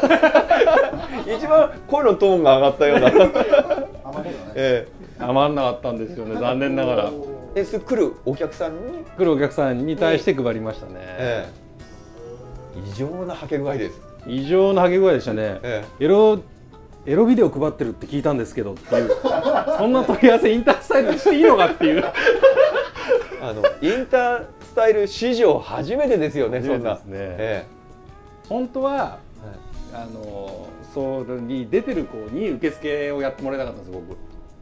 声のトーンが上がったような。 余んなかったんですよね、残念ながら。 来るお客さんに対して配りましたね。 異常なはけ具合です。 異常なはけ具合でしたね。エロビデオ配ってるって聞いたんですけどっていう、そんな問い合わせインタースタイルにしていいのかっていう。 インタースタイル史上初めてですよね、そんな。 本当は、それに出てる子に受付をやってもらいたかったんです、僕。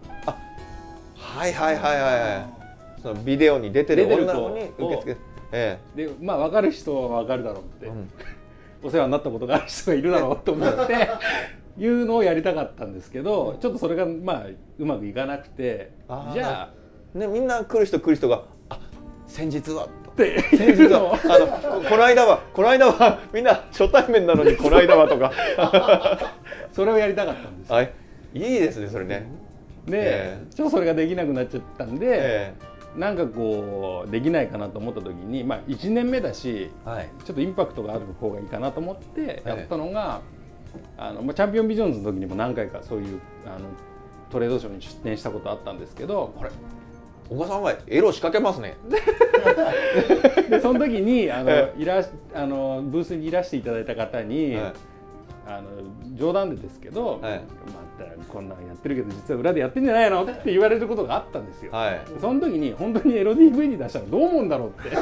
そのビデオに出てる女の子に受付。 で、まあ分かる人は分かるだろうって、お世話になったことがある人がいるだろうと思っていうのをやりたかったんですけど、ちょっとそれがまあうまくいかなくて、じゃあね、みんな来る人が先日はって先日はこの間はみんな初対面なのにこの間はとかそれをやりたかったんです。 いいですね、それね。 で、ちょっとそれができなくなっちゃったんで、なんかこうできないかなと思った時に、まあ1年目だし、ちょっとインパクトがある方がいいかなと思ってやったのが、チャンピオンビジョンズの時にも何回かそういうトレードショーに出展したことあったんですけど、 これ小川さんはエロ仕掛けますね。 でその時にブースにいらしていただいた方に、冗談でですけど、またこんなんやってるけど実は裏でやってんじゃないのって言われることがあったんですよ。その時に本当にエロ DV に出したらどう思うんだろうって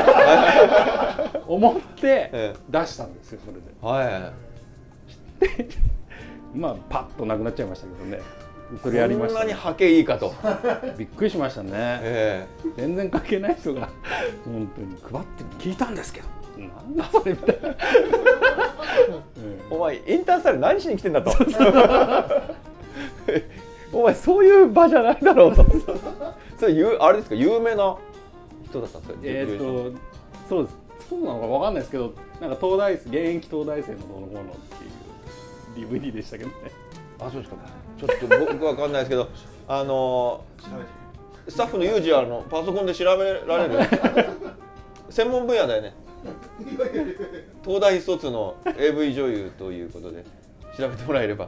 思って出したんですよ、それで。まあパッとなくなっちゃいましたけどね。それやりました、 こんなにはけいいかとびっくりしましたね。全然関係ない人が本当に配って聞いたんですけど、なんだそれみたいな。 お前インタースタイル何しに来てんだと。お前そういう場じゃないだろうと。それあれですか、有名な人だったんですか？ そうです。そうなのかわかんないですけど、なんか現役東大生のどの頃のっていう DVD でしたけどね。 そうですか。ちょっと僕わかんないですけど、スタッフのユージはパソコンで調べられる専門分野だよね。東大卒の AV 女優ということで調べてもらえれば。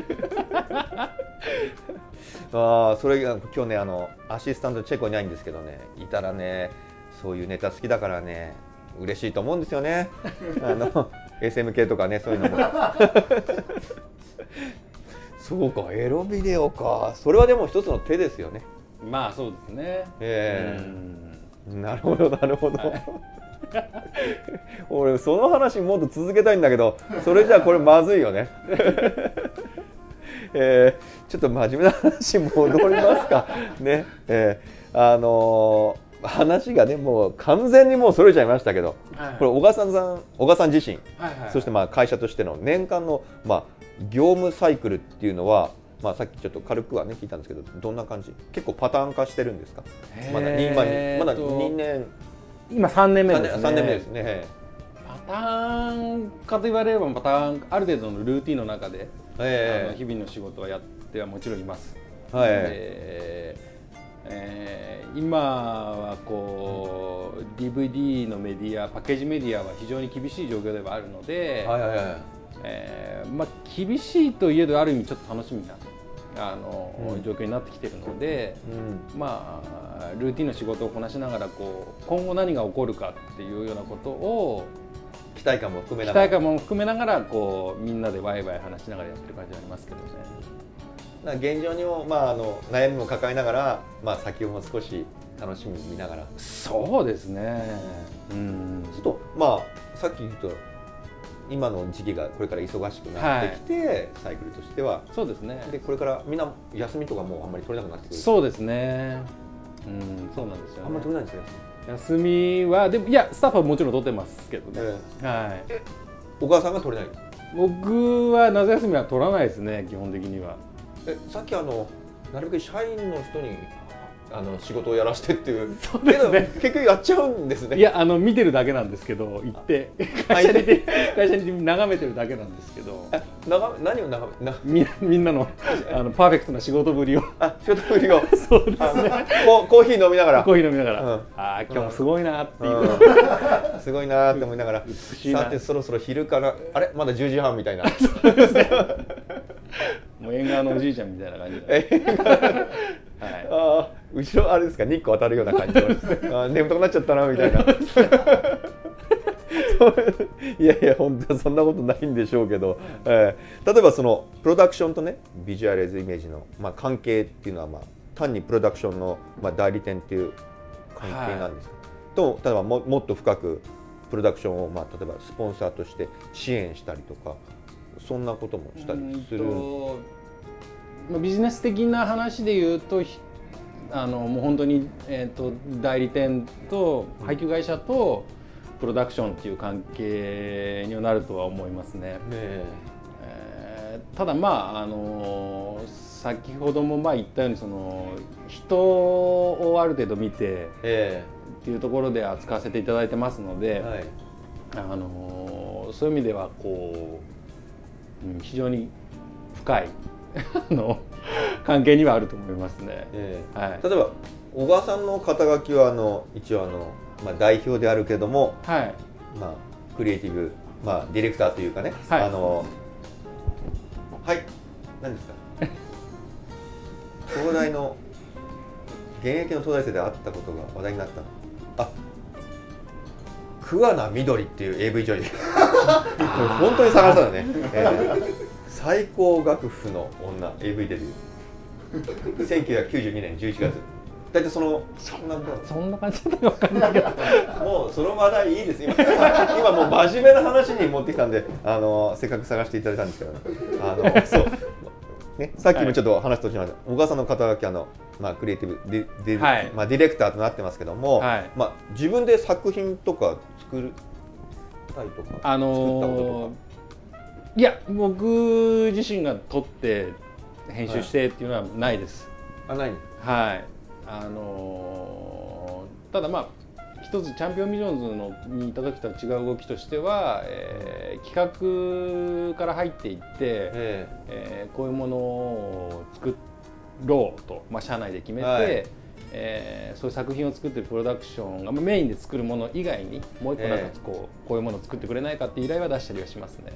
それが今日ね、アシスタントチェコいないんですけどね、いたらね、そういうネタ好きだからね、嬉しいと思うんですよね。SM 系とかね、そういうのも。そうか、エロビデオか。それはでも一つの手ですよね。 まあそうですね。 なるほどなるほど。俺その話もっと続けたいんだけど、それじゃあこれまずいよね。ちょっと真面目な話戻りますかね。話がね、もう完全にもうそれちゃいましたけど、これ小川さん自身、そしてまあ会社としての年間の業務サイクルっていうのは、さっきちょっと軽くはね聞いたんですけど、どんな感じ？結構パターン化してるんですか？まだ2年、 今3年目ですね。 3年目ですね。 パターン化と言われればパターン、ある程度のルーティンの中で、日々の仕事はやってはもちろんいます。今はこう DVD のメディア、パッケージメディアは非常に厳しい状況ではあるので、厳しいといえどある意味ちょっと楽しみな状況になってきているので、ルーティンの仕事をこなしながら今後何が起こるかっていうようなことを期待感も含めながらみんなでワイワイ話しながらやってる感じありますけどね。 現状にも悩みも抱えながら、先をも少し楽しみに見ながら。 そうですね。 ちょっとさっき言うと今の時期がこれから忙しくなってきて、サイクルとしてはそうですね。 でこれからみんな休みとかもうあんまり取れなくなってくる。 そうですね。そうなんですよね。 あんまり取れないんですよ。 休みはでもスタッフはもちろん取ってますけどね。 小川さんが取れない？ 僕は夏休みは取らないですね、基本的には。 さっきなるべく社員の人に仕事をやらしてっていう。 そうですね。 結局やっちゃうんですね。 いや見てるだけなんですけど、行って会社に眺めてるだけなんですけど。 何を眺め？ みんなのパーフェクトな仕事ぶりを。 仕事ぶりを。 そうですね。 コーヒー飲みながら。 コーヒー飲みながら。今日もすごいなっていう。 すごいなって思いながら。さてそろそろ昼から、あれまだ10時半みたいな。 そうですね。もう縁側のおじいちゃんみたいな感じで。 後ろあれですか、日光当たるような感じで眠たくなっちゃったなみたいな。いやいや本当はそんなことないんでしょうけど、例えばそのプロダクションとねビジュアライズイメージの、関係っていうのは、単にプロダクションの、代理店っていう関係なんですか、と例えばもっと深くプロダクションを、例えばスポンサーとして支援したりとか、そんなこともしたりする。 ビジネス的な話で言うと、もう本当に、代理店と配給会社とプロダクションっていう関係にはなるとは思いますね。ただ先ほども言ったように人をある程度見てっていうところで扱わせていただいてますので、そういう意味では非常に深い関係にはあると思いますね。 例えば小川さんの肩書きは一応代表であるけども、クリエイティブ、ディレクターというかね、何ですか東大の現役の東大生で会ったことが話題になったの。桑名みどりっていう AV 女優。本当に探したのね。最高学府の女 AV デビュー。1992年11月。大体そんな感じだったか分かんないけど。もうその話題いいです。今もう真面目な話に持ってきたんで、せっかく探していただいたんですけど、そう。ね、さっきもちょっと話としました小川さんの肩書きクリエイティブディレクターとなってますけども、自分で作品とか作ったりとか、作ったこととか。 いや僕自身が撮って編集してっていうのはないです。 ない。 ただ一つチャンピオンビジョンズにいた時とは違う動きとしては、企画から入っていって、こういうものを作ろうと、社内で決めて、そういう作品を作ってるプロダクションがメインで作るもの以外にもう一個こういうものを作ってくれないかっていう依頼は出したりはしますね。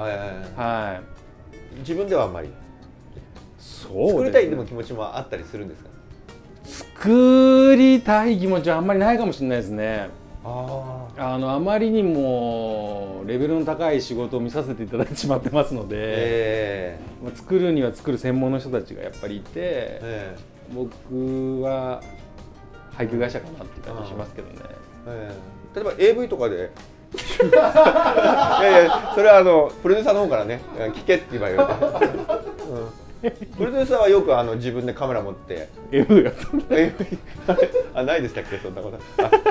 自分ではあんまり作りたいでも気持ちもあったりするんですか？ 作りたい気持ちはあんまりないかもしれないですね。あまりにもレベルの高い仕事を見させていただいてしまってますので、作るには作る専門の人たちがやっぱりいて、僕は配給会社かなっていう感じしますけどね。 例えば AV とかでいやいやそれはプロデューサーの方からね聞けって言われて、プロデューサーはよく自分でカメラ持って AV やったないでしたっけ、そんなこと。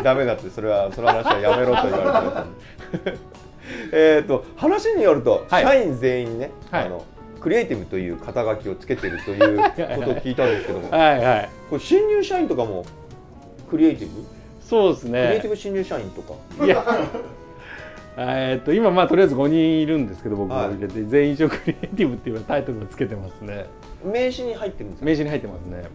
ダメだって、その話はやめろと言われてます。話によると、社員全員ね、クリエイティブという肩書きをつけているということを聞いたんですけども、これ新入社員とかもクリエイティブ？ そうですね。 クリエイティブ新入社員とか。 いや今とりあえず5人いるんですけど、僕を入れて、全員一応クリエイティブっていうタイトルをつけてますね。 名刺に入ってるんですか？ 名刺に入ってますね。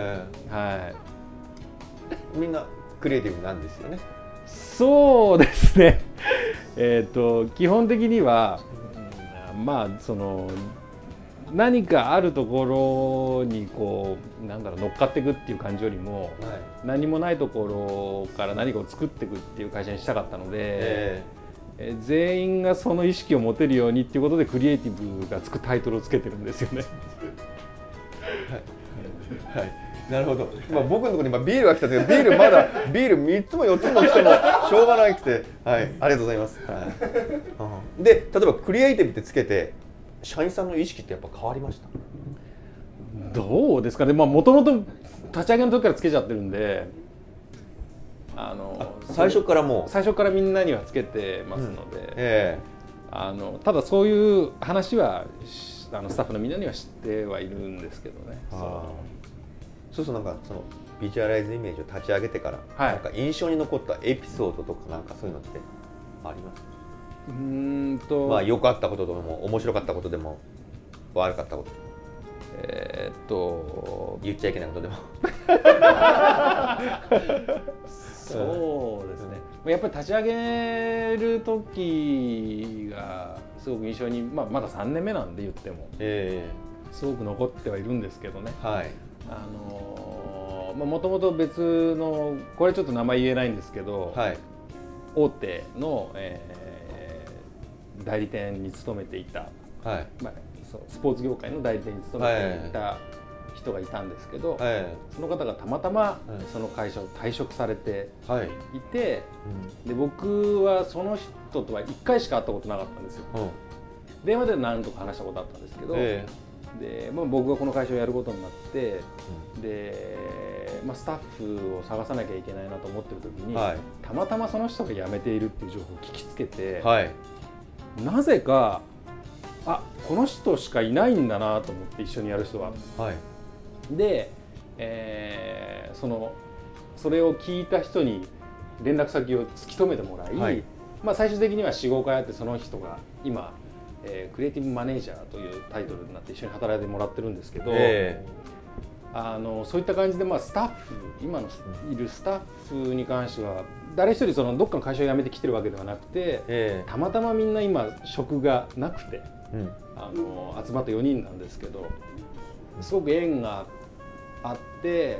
みんなクリエイティブなんですよね。 そうですね。基本的には何かあるところに乗っかっていくっていう感じよりも、何もないところから何かを作っていくっていう会社にしたかったので、全員がその意識を持てるようにっていうことでクリエイティブがつくタイトルをつけてるんですよね。 なるほど。僕のところにビールが来たけど、ビール3つも4つも来てもしょうがなくて、ありがとうございます。で、例えばクリエイティブってつけて社員さんの意識ってやっぱ変わりました？ どうですかね。もともと立ち上げの時からつけちゃってるんで、 最初からみんなにはつけてますので、ただそういう話はスタッフのみんなには知ってはいるんですけどね。 そうするとビジュアライズイメージを立ち上げてから、なんか印象に残ったエピソードとかなんかそういうのってあります？まあ良かったことでも面白かったことでも悪かったこと言っちゃいけないことでもそうですね、やっぱり立ち上げる時がすごく印象に、まだ3年目なんで言っても、すごく残ってはいるんですけどね、もともと別のこれちょっと名前言えないんですけど、大手の、代理店に勤めていた、スポーツ業界の代理店に勤めていた人がいたんですけど、その方がたまたまその会社を退職されていて、で僕はその人とは1回しか会ったことなかったんですよ。電話で何度か話したことあったんですけど、で僕がこの会社をやることになって、でスタッフを探さなきゃいけないなと思ってる時に、たまたまその人が辞めているっていう情報を聞きつけて、なぜかこの人しかいないんだなと思って、一緒にやる人は。で、それを聞いた人に連絡先を突き止めてもらい、最終的には 4,5 回あって、その人が今、クリエイティブマネージャーというタイトルになって一緒に働いてもらってるんですけど、そういった感じで、スタッフ、今のいるスタッフに関しては誰一人どっかの会社を辞めてきてるわけではなくて、たまたまみんな今職がなくて、集まった4人なんですけど、すごく縁があって、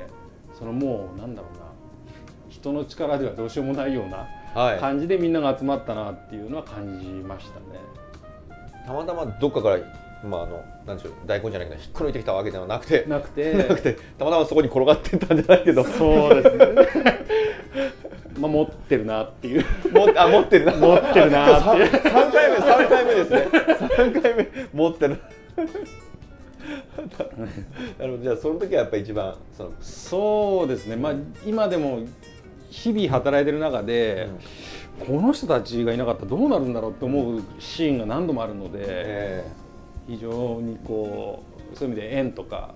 もうなんだろうな、人の力ではどうしようもないような感じでみんなが集まったなっていうのは感じましたね。 たまたまどっかからなんでしょう、大根じゃないけど引っこ抜いてきたわけではなくてたまたまそこに転がってたんじゃないけど、 そうですね持ってるなっていう持ってるなっていう3回目ですね3回目持ってるなるほど。じゃあその時はやっぱり一番そうですね、今でも日々働いてる中で、この人たちがいなかったらどうなるんだろうって思うシーンが何度もあるので、非常にそういう意味で縁とか、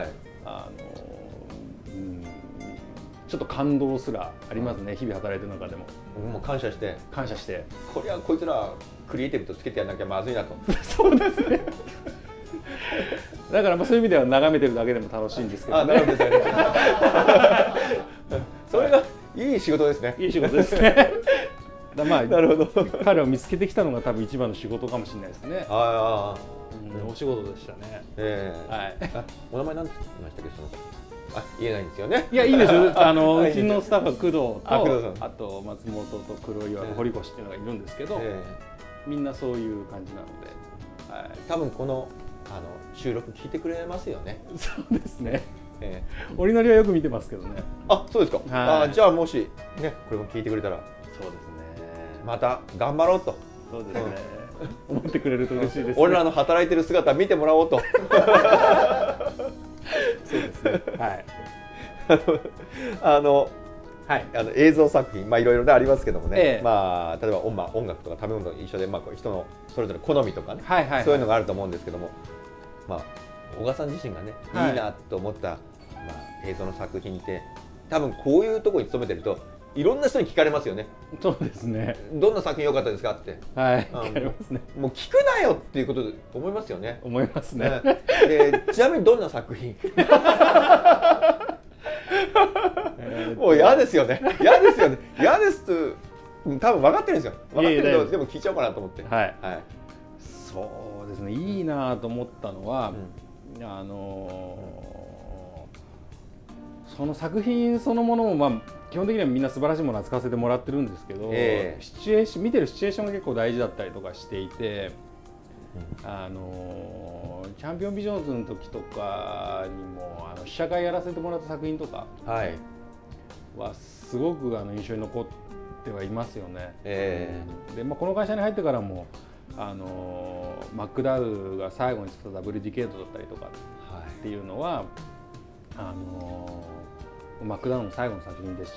ちょっと感動すらありますね、日々働いてる中でも。 もう感謝してこれはこいつらクリエイティブとつけてやらなきゃまずいなとそうですねだからそういう意味では眺めてるだけでも楽しいんですけどね。 それがいい仕事ですね。 いい仕事ですねなるほど。 彼を見つけてきたのが多分一番の仕事かもしれないですね。お仕事でしたね。 お名前何て言いましたっけ、言えないんですよね。 いや、いいですよ。うちのスタッフは工藤と、あと松本と黒岩と堀越っていうのがいるんですけど、みんなそういう感じなので、 多分この収録聞いてくれますよね。 そうですね。おりのりはよく見てますけどね。 そうですか。じゃあもしね、これも聞いてくれたら、 そうですね、 また頑張ろうと。 そうですね、思ってくれると嬉しいですね。 俺らの働いてる姿見てもらおうと。 そうですね。 映像作品、いろいろありますけどもね、例えば音楽とか食べ物と一緒で、人のそれぞれ好みとかね、そういうのがあると思うんですけども、小川さん自身がね、いいなと思った、映像の作品って、多分こういうところに勤めてるといろんな人に聞かれますよね。 そうですね。 どんな作品良かったですかって。 聞かれますね。 もう聞くなよっていうことで思いますよね。 思いますね。 ちなみにどんな作品？もう嫌ですよね。嫌ですと多分分かってるんですよ。分かってるけどでも聞いちゃおうかなと思って。 そうですね。いいなと思ったのは、その作品そのものも基本的にはみんな素晴らしいものを扱わせてもらってるんですけど、見てるシチュエーションが結構大事だったりとかしていて、チャンピオンビジョンズの時とかにも試写会やらせてもらった作品とかはすごく印象に残ってはいますよね。で、この会社に入ってからもマックダウが最後に作ったダブルディケードだったりとかっていうのは、マックダウンの最後の作品ですし、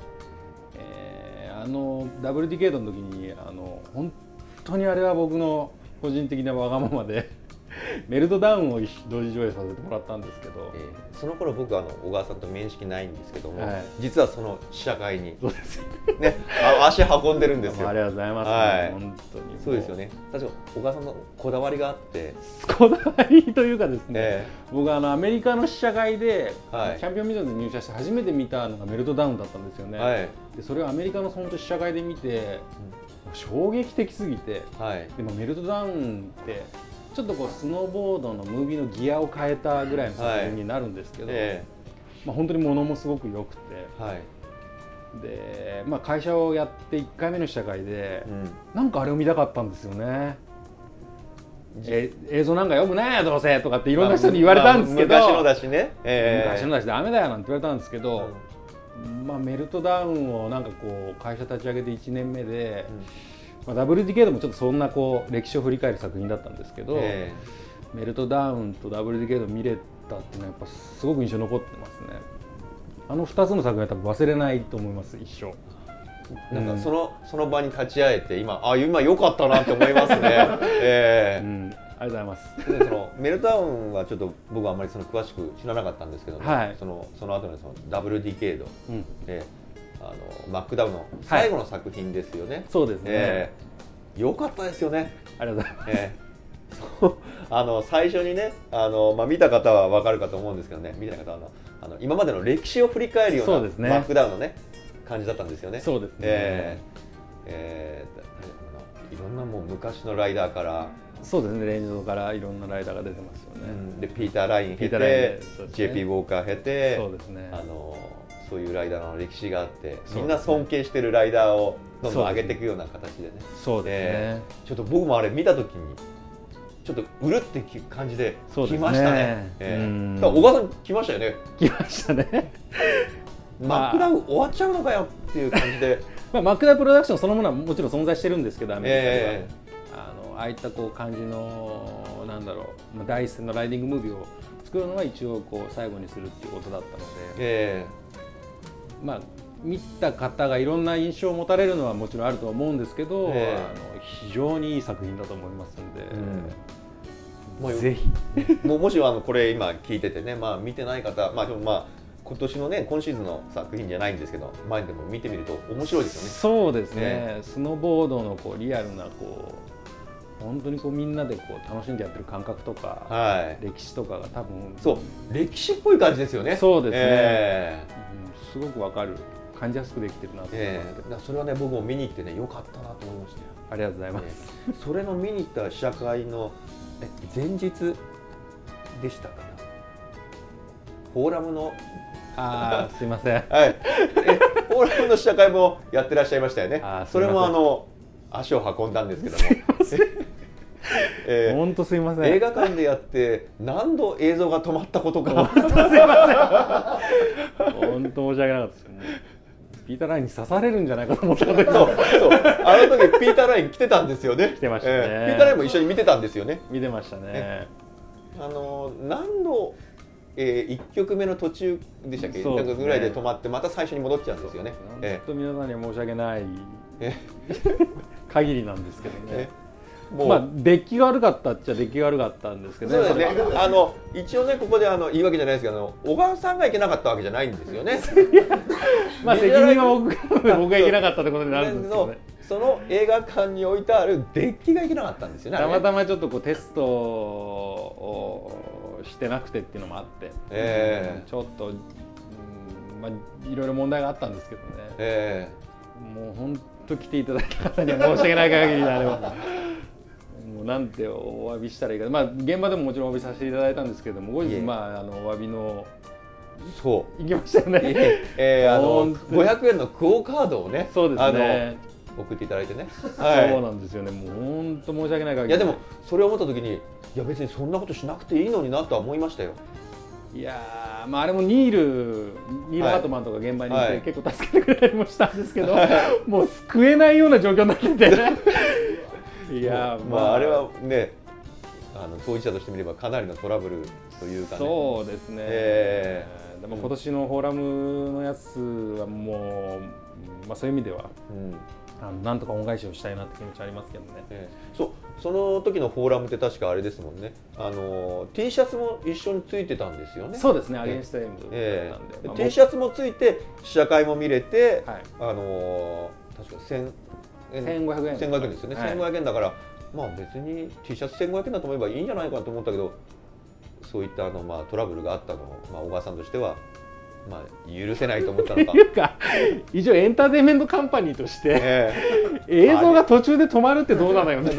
ダブルディケードの時に本当にあれは僕の個人的なわがままでメルトダウンを同時上映させてもらったんですけど、 その頃僕小川さんと面識ないんですけども、実はその試写会にそうですね、足運んでるんですよ。 ありがとうございます、本当にそうですよね。確か小川さんのこだわりがあって、 こだわりというかですね、僕アメリカの試写会で、チャンピオンビジョンで入社して初めて見たのがメルトダウンだったんですよね、でそれをアメリカの試写会で見て、衝撃的すぎて、でもメルトダウンってちょっとスノーボードのムービーのギアを変えたぐらいの作品になるんですけど、本当に物もすごく良くて、で会社をやって1回目の試写会で、なんかあれを見たかったんですよね。映像なんかよくないよどうせとかっていろんな人に言われたんですけど、 昔のだしね、 昔のだしダメだよなんて言われたんですけど、メルトダウンをなんか会社立ち上げて1年目で、WDK でもちょっとそんな歴史を振り返る作品だったんですけど、メルトダウンと WDK を見れたっていうのはやっぱすごく印象に残ってますね。あの2つの作品は多分忘れないと思います、一生。 なんかその場に立ち会えて今良かったなって思いますね。 ありがとうございます。 そのメルトダウンはちょっと僕はあんまり詳しく知らなかったんですけども、その後のダブルディケードで、マックダウンの最後の作品ですよね。 そうですね。 良かったですよね。 ありがとうございます。最初にね、見た方は分かるかと思うんですけどね、見てない方は今までの歴史を振り返るようなマックダウンのね感じだったんですよね。 そうですね。 いろんなもう昔のライダーから、 そうですね、レンジドからいろんなライダーが出てますよね。 でピーター・ライン経て、JP ウォーカー経て、 そうですね。 そういうライダーの歴史があって、みんな尊敬してるライダーをどんどん上げていくような形でね。 そうですね。 ちょっと僕もあれ見たときにちょっとうるって感じで来ましたね。小川さん来ましたよね。 来ましたね。 マックダウン終わっちゃうのかよっていう感じで。 マックダウンプロダクションそのものはもちろん存在してるんですけど、アメリカではああいった感じのなんだろう、第一線のライディングムービーを作るのは一応最後にするっていうことだったので、見た方がいろんな印象を持たれるのはもちろんあるとは思うんですけど、非常にいい作品だと思いますので、ぜひもしこれ今聞いててね、見てない方、でも今年のね今シーズンの作品じゃないんですけど、前でも見てみると面白いですよね。 そうですね。スノーボードのリアルな本当にみんなで楽しんでやってる感覚とか、歴史とかが多分歴史っぽい感じですよね。 そうですね。すごくわかる。感じやすくできてるなと思いますけど、 それはね僕も見に行ってね良かったなと思いましたよ。 ありがとうございます。 それの見に行った試写会の前日でしたかな。フォーラムのすいません。 フォーラムの試写会もやってらっしゃいましたよね。それも足を運んだんですけども。 本当すいません。 映画館でやって何度映像が止まったことか。 本当すいません。本当申し訳なかったです。ピーター・ラインに刺されるんじゃないかと思ったんだけど、 あの時ピーター・ライン来てたんですよね。 来てましたね。 ピーター・ラインも一緒に見てたんですよね。 見てましたね。 何度1曲目の途中でしたっけ、ぐらいで止まってまた最初に戻っちゃうんですよね。 本当皆さんには申し訳ない限りなんですけどね。デッキが悪かったっちゃデッキが悪かったんですけどね。 そうですね。一応ねここで言い訳じゃないですけど、小川さんがいけなかったわけじゃないんですよね。 責任は僕がいけなかったってことになるんですけどね。 その映画館に置いてあるデッキがいけなかったんですよね。 たまたまちょっとテストをしてなくてっていうのもあって、ちょっといろいろ問題があったんですけどね。もう本当来ていただいた方には申し訳ない限りであれば。もうなんてお詫びしたらいいか、現場でももちろんお詫びさせていただいたたんですけども、後日お詫びの行きましたよね。 500円のクオカードをね、 そうですね、 送っていただいてね。 そうなんですよね。もう本当申し訳ない限り。 いやでもそれを思った時に、いや別にそんなことしなくていいのになとは思いましたよ。 いやあれもニール・ハートマンとか現場にいて結構助けてくれたりもしたんですけど、もう救えないような状況になってて。いやあれはね、当事者としてみればかなりのトラブルというかね。 そうですね。でも今年のフォーラムのやつはもう、そういう意味では、なんとか恩返しをしたいなって気持ちありますけどね。 そうその時のフォーラムって確かあれですもんね、T シャツも一緒についてたんですよね。 そうですね、アゲンストエイムなんで、T シャツもついて試写会も見れて、はい、確か 1500円ですよね、はい、1500円だから、まあ、別に T シャツ1500円だと思えばいいんじゃないかと思ったけど、そういったまあ、トラブルがあったのを、まあ、小川さんとしては、まあ、許せないと思ったのか。 いうか、一応エンターテインメントカンパニーとして、映像が途中で止まるってどうなのよね。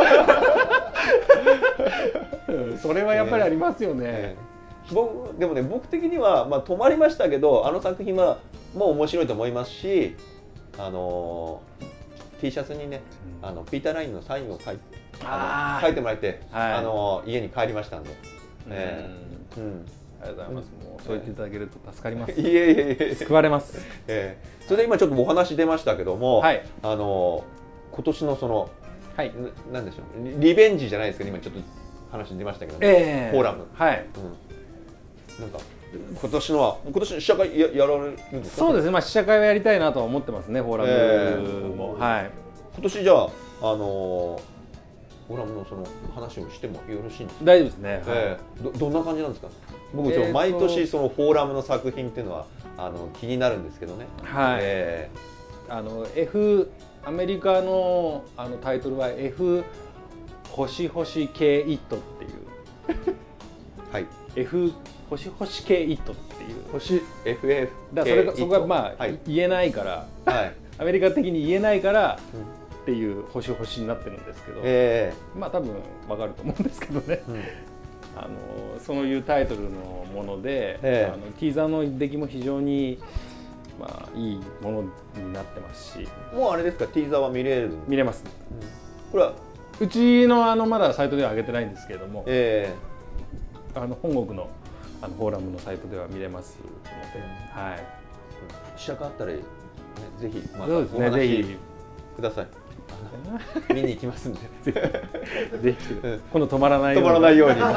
それはやっぱりありますよね。 でもね、僕的には、まあ、止まりましたけど、あの作品はもう面白いと思いますし、T シャツにね、ピーター・ラインのサインを書いてもらえて、はい、家に帰りましたんで。 ありがとうございます。もうそう言っていただけると助かります。 いえ救われます。 それで今ちょっとお話出ましたけども、はい、今年のその、はい、なんでしょう、リベンジじゃないですけど、今ちょっと話出ましたけど、フォーラム、はい、なんか今年試写会やられるんですか？ そうですね。まあ試写会はやりたいなとは思ってますね。フォーラムも、はい。 今年じゃあフォーラムのその話をしてもよろしいんですか？ 大丈夫ですね。 どんな感じなんですか？僕毎年そのフォーラムの作品っていうのは気になるんですけどね。 はい。アメリカのタイトルは F 星星系イットっていう。はい。F 星星系イットっていう。 星 FF。 だからそこがまあ、はい、言えないから、はい、アメリカ的に言えないから。っていう星星になってるんですけど、まあ多分わかると思うんですけどね、そういうタイトルのもので、ティーザーの出来も非常に、まあ、いいものになってますし、 もうあれですか、ティーザーは見れます、 これはうちのまだサイトでは上げてないんですけれども、本国のフォーラムのサイトでは見れますので、はい、 試写会あったら、ね、ぜひまたお話ください。見に行きますんでぜひ今度止まらないように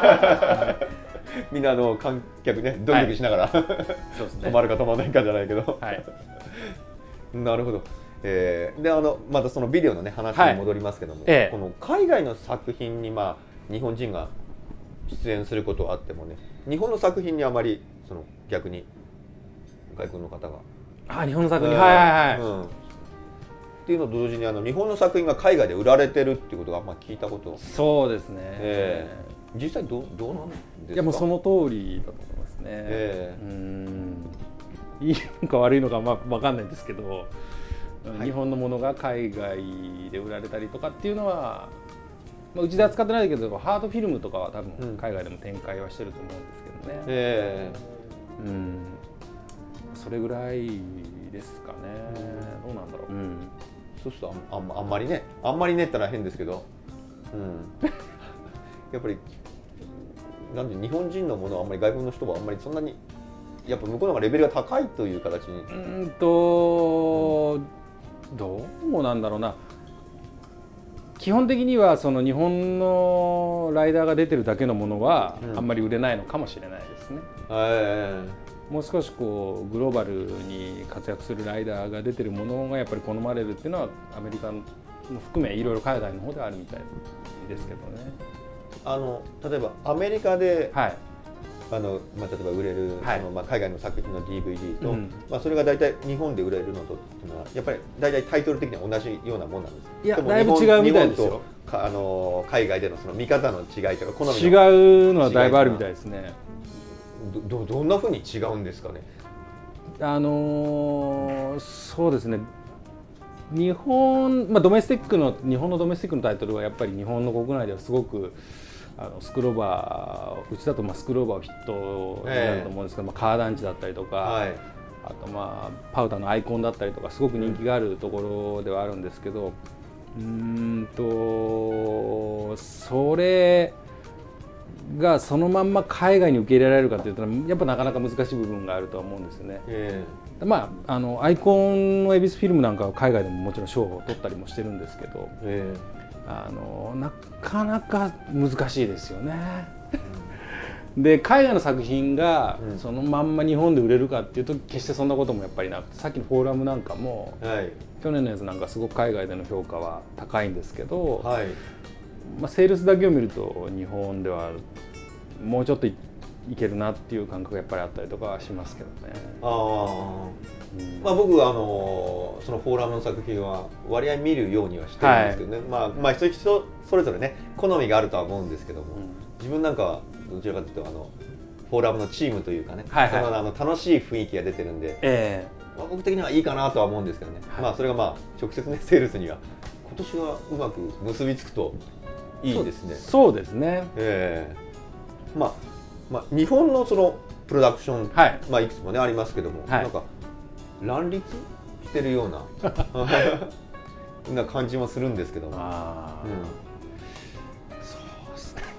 みんな観客ねドキドキしながら、止まるか止まらないかじゃないけど、なるほど。でまたそのビデオのね話に戻りますけども、この海外の作品にまあ日本人が出演することはあってもね、日本の作品にあまりその逆に外国の方が日本の作品、はいはいはい、 っていうのと同時に日本の作品が海外で売られてるっていうことが聞いたこと。 そうですね、 実際どうなんですか？ いやもうその通りだと思いますね。いいのか悪いのか分かんないんですけど、日本のものが海外で売られたりとかっていうのは、うちで扱ってないけどハードフィルムとかは多分海外でも展開はしてると思うんですけどね。それぐらいですかね。どうなんだろう。 そうするとあんまりねったら変ですけど、やっぱりなんで日本人のものはあんまり外国の人はあんまりそんなにやっぱ向こうの方がレベルが高いという形に。 どうなんだろうな。基本的にはその日本のライダーが出てるだけのものはあんまり売れないのかもしれないですね。もう少しこうグローバルに活躍するライダーが出てるものがやっぱり好まれるっていうのはアメリカも含めいろいろ海外の方ではあるみたいですけどね。 例えばアメリカで、例えば売れるその海外の作品の DVD と、それが大体日本で売れるのとっていうのはやっぱり大体タイトル的には同じようなもんなんですか？ いやだいぶ違うみたいですよ。 海外でのその見方の違いとか好みの違うのはだいぶあるみたいですね。 どんな風に違うんですかね。 そうですね。日本のドメスティックのタイトルはやっぱり日本の国内ではすごくスクローバー、うちだとスクローバーをヒットになると思うんですけど、カーダンチだったりとか、あとパウダーのアイコンだったりとかすごく人気があるところではあるんですけど、それがそのまんま海外に受け入れられるかというとやっぱなかなか難しい部分があるとは思うんですよね。アイコンのエビスフィルムなんかは海外でももちろん賞を取ったりもしてるんですけど、なかなか難しいですよね。で海外の作品がそのまんま日本で売れるかっていうと決してそんなこともやっぱりなくて、さっきのフォーラムなんかも、去年のやつなんかすごく海外での評価は高いんですけど、 セールスだけを見ると日本ではもうちょっといけるなっていう感覚がやっぱりあったりとかはしますけどね。 僕はそのフォーラムの作品は割合見るようにはしてるんですけどね、人それぞれね好みがあるとは思うんですけども、自分なんかはどちらかというとフォーラムのチームというかね、その楽しい雰囲気が出てるんで、僕的にはいいかなとは思うんですけどね、それが直接ねセールスには今年はうまく結びつくといいですね。 そうですね。 日本のそのプロダクション、いくつもねありますけども、なんか乱立してるようなな感じもするんですけども。 そうですね。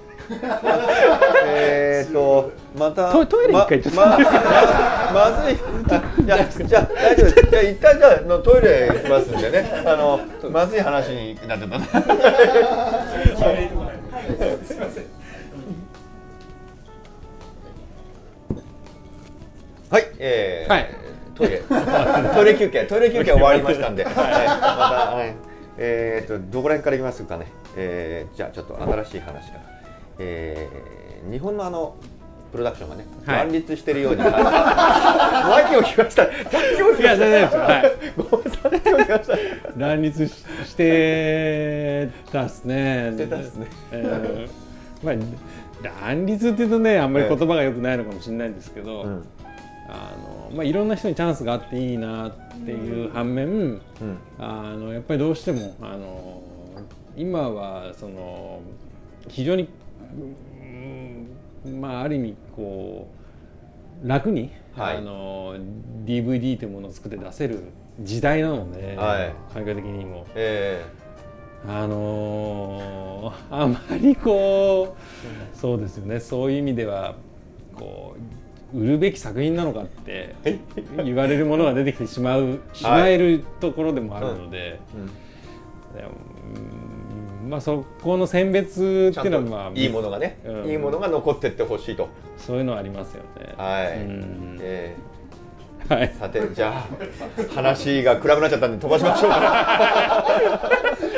またトイレ一回ちょっとまずい。じゃあ大丈夫です。じゃあ一旦じゃあトイレ行きますんでね。まずい話になっちゃった。すみません。はい、トイレ休憩終わりましたんで、また、どこら辺からいきますかね。じゃあちょっと新しい話から、日本のプロダクションがね、乱立しているように、マイクを聞きました。 乱立してたっすね。乱立っていうとね、あんまり言葉が良くないのかもしれないんですけど、いろんな人にチャンスがあっていいなっていう反面、やっぱりどうしても今はその非常にある意味こう楽に、DVD というものを作って出せる時代なので、環境的にも。あまりこうそうですよね、そういう意味ではこう売るべき作品なのかって言われるものが出てきてしまえるところでもあるので、そこの選別っていうのはいいものがね、いいものが残っていってほしいと、 そういうのはありますよね。 さて、じゃあ話が暗くなっちゃったんで飛ばしましょうか。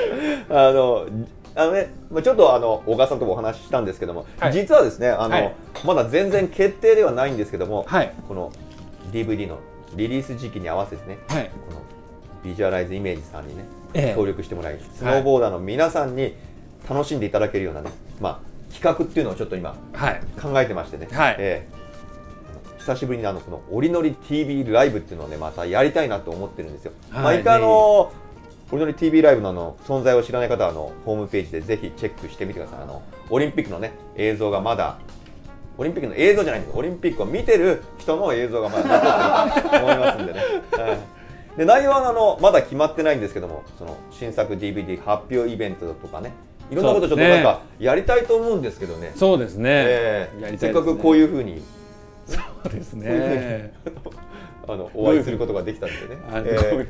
ちょっと小川さんともお話ししたんですけども、実はですねまだ全然決定ではないんですけども、この DVD のリリース時期に合わせてね、このビジュアライズイメージさんにね協力してもらい、スノーボーダーの皆さんに楽しんでいただけるようなね、企画っていうのをちょっと今考えてましてね、久しぶりにこのおりのり TV ライブっていうのをねまたやりたいなと思ってるんですよ。毎回おりのり TV ライブの存在を知らない方はホームページでぜひチェックしてみてください。オリンピックのね映像がまだ、オリンピックの映像じゃないんです、オリンピックを見てる人の映像がまだ残っていると思いますんでね。で内容はまだ決まってないんですけども、その新作 DVD 発表イベントだとかね、いろんなことちょっとなんかやりたいと思うんですけどね。 そうですね。 せっかくこういうふうにそうですね。 お会いすることができたんでね。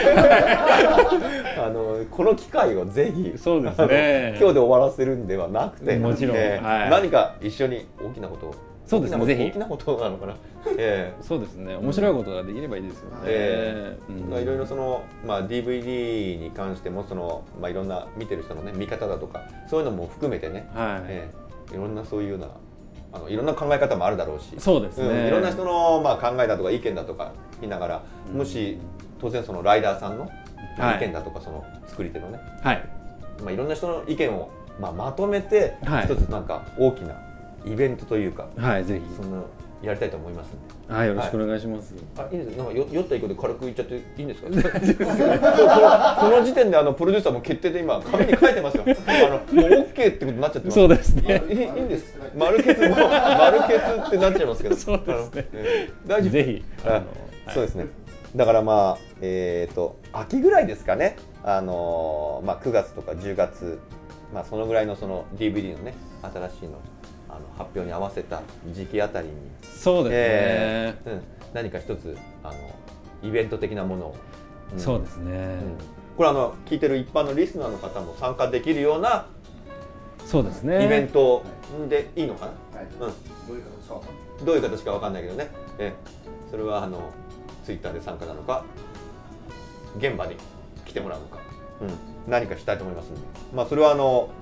この機会をぜひ、 そうですね。 今日で終わらせるんではなくて、 もちろん何か一緒に大きなことを、 そうですね。ぜひ大きなことなのかな。 そうですね。面白いことができればいいですよね。 いろいろそのDVD に関してもいろんな見てる人のね見方だとかそういうのも含めてね、いろんなそういうようないろんな考え方もあるだろうし、 そうですね。 いろんな人の考えだとか意見だとか見ながら、もし当然そのライダーさんの意見だとかその作り手のね、いろんな人の意見をまとめて一つなんか大きなイベントというか、 ぜひそんなやりたいと思いますので、よろしくお願いします。 いいです。なんか酔った勢いで軽く言っちゃっていいんですか？この時点でプロデューサーも決定で今紙に書いてますよ。もう OK ってことになっちゃってます。 そうですね。 いいんです。丸決ってなっちゃいますけど。 そうですね。 大丈夫。 ぜひ。 そうですね。だから秋ぐらいですかね。9月とか10月、そのぐらいのその DVD のね新しいの発表に合わせた時期あたりに、 そうですね。 何か一つイベント的なものを、 そうですね。 これ聞いてる一般のリスナーの方も参加できるような、 そうですね。 イベントでいいのかな。どういう形かわかんないけどね。それはツイッターで参加なのか、現場に来てもらうのか、何かしたいと思いますので、それは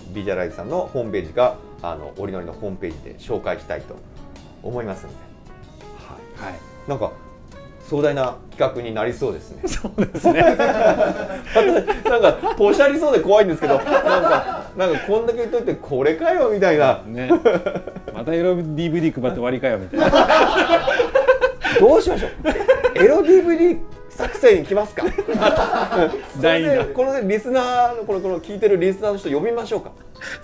ビジュアライズさんのホームページかおりのりのホームページで紹介したいと思いますので、はい、なんか壮大な企画になりそうですね。 そうですね。 なんかポシャりそうで怖いんですけど、なんかこんだけ言っといてこれかよみたいな。 ね。またエロ DVD 配って終わりかよみたいな。 どうしましょう。エロ DVD 作戦に来ますか。それでこのリスナーのこの聞いてるリスナーの人呼びましょうか。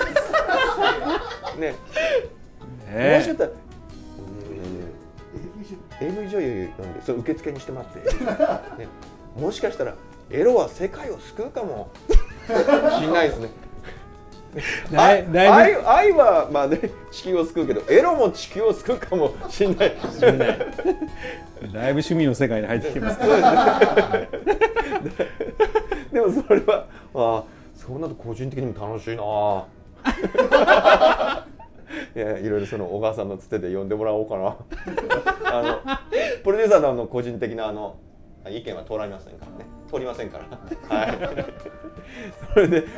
ね。もしかしたら。AV 女優なんでそれ受付にしてもらって、ね、もしかしたらエロは世界を救うかもしんないですね。愛はまあね地球を救うけどエロも地球を救うかもしんない。 だいぶ趣味の世界に入ってきてます。 そうですね。でもそれはそうなると個人的にも楽しいな。いやいろいろその小川さんのつてで呼んでもらおうかな。プロデューサーの個人的な意見は通りませんからね。通りませんから。はい。それで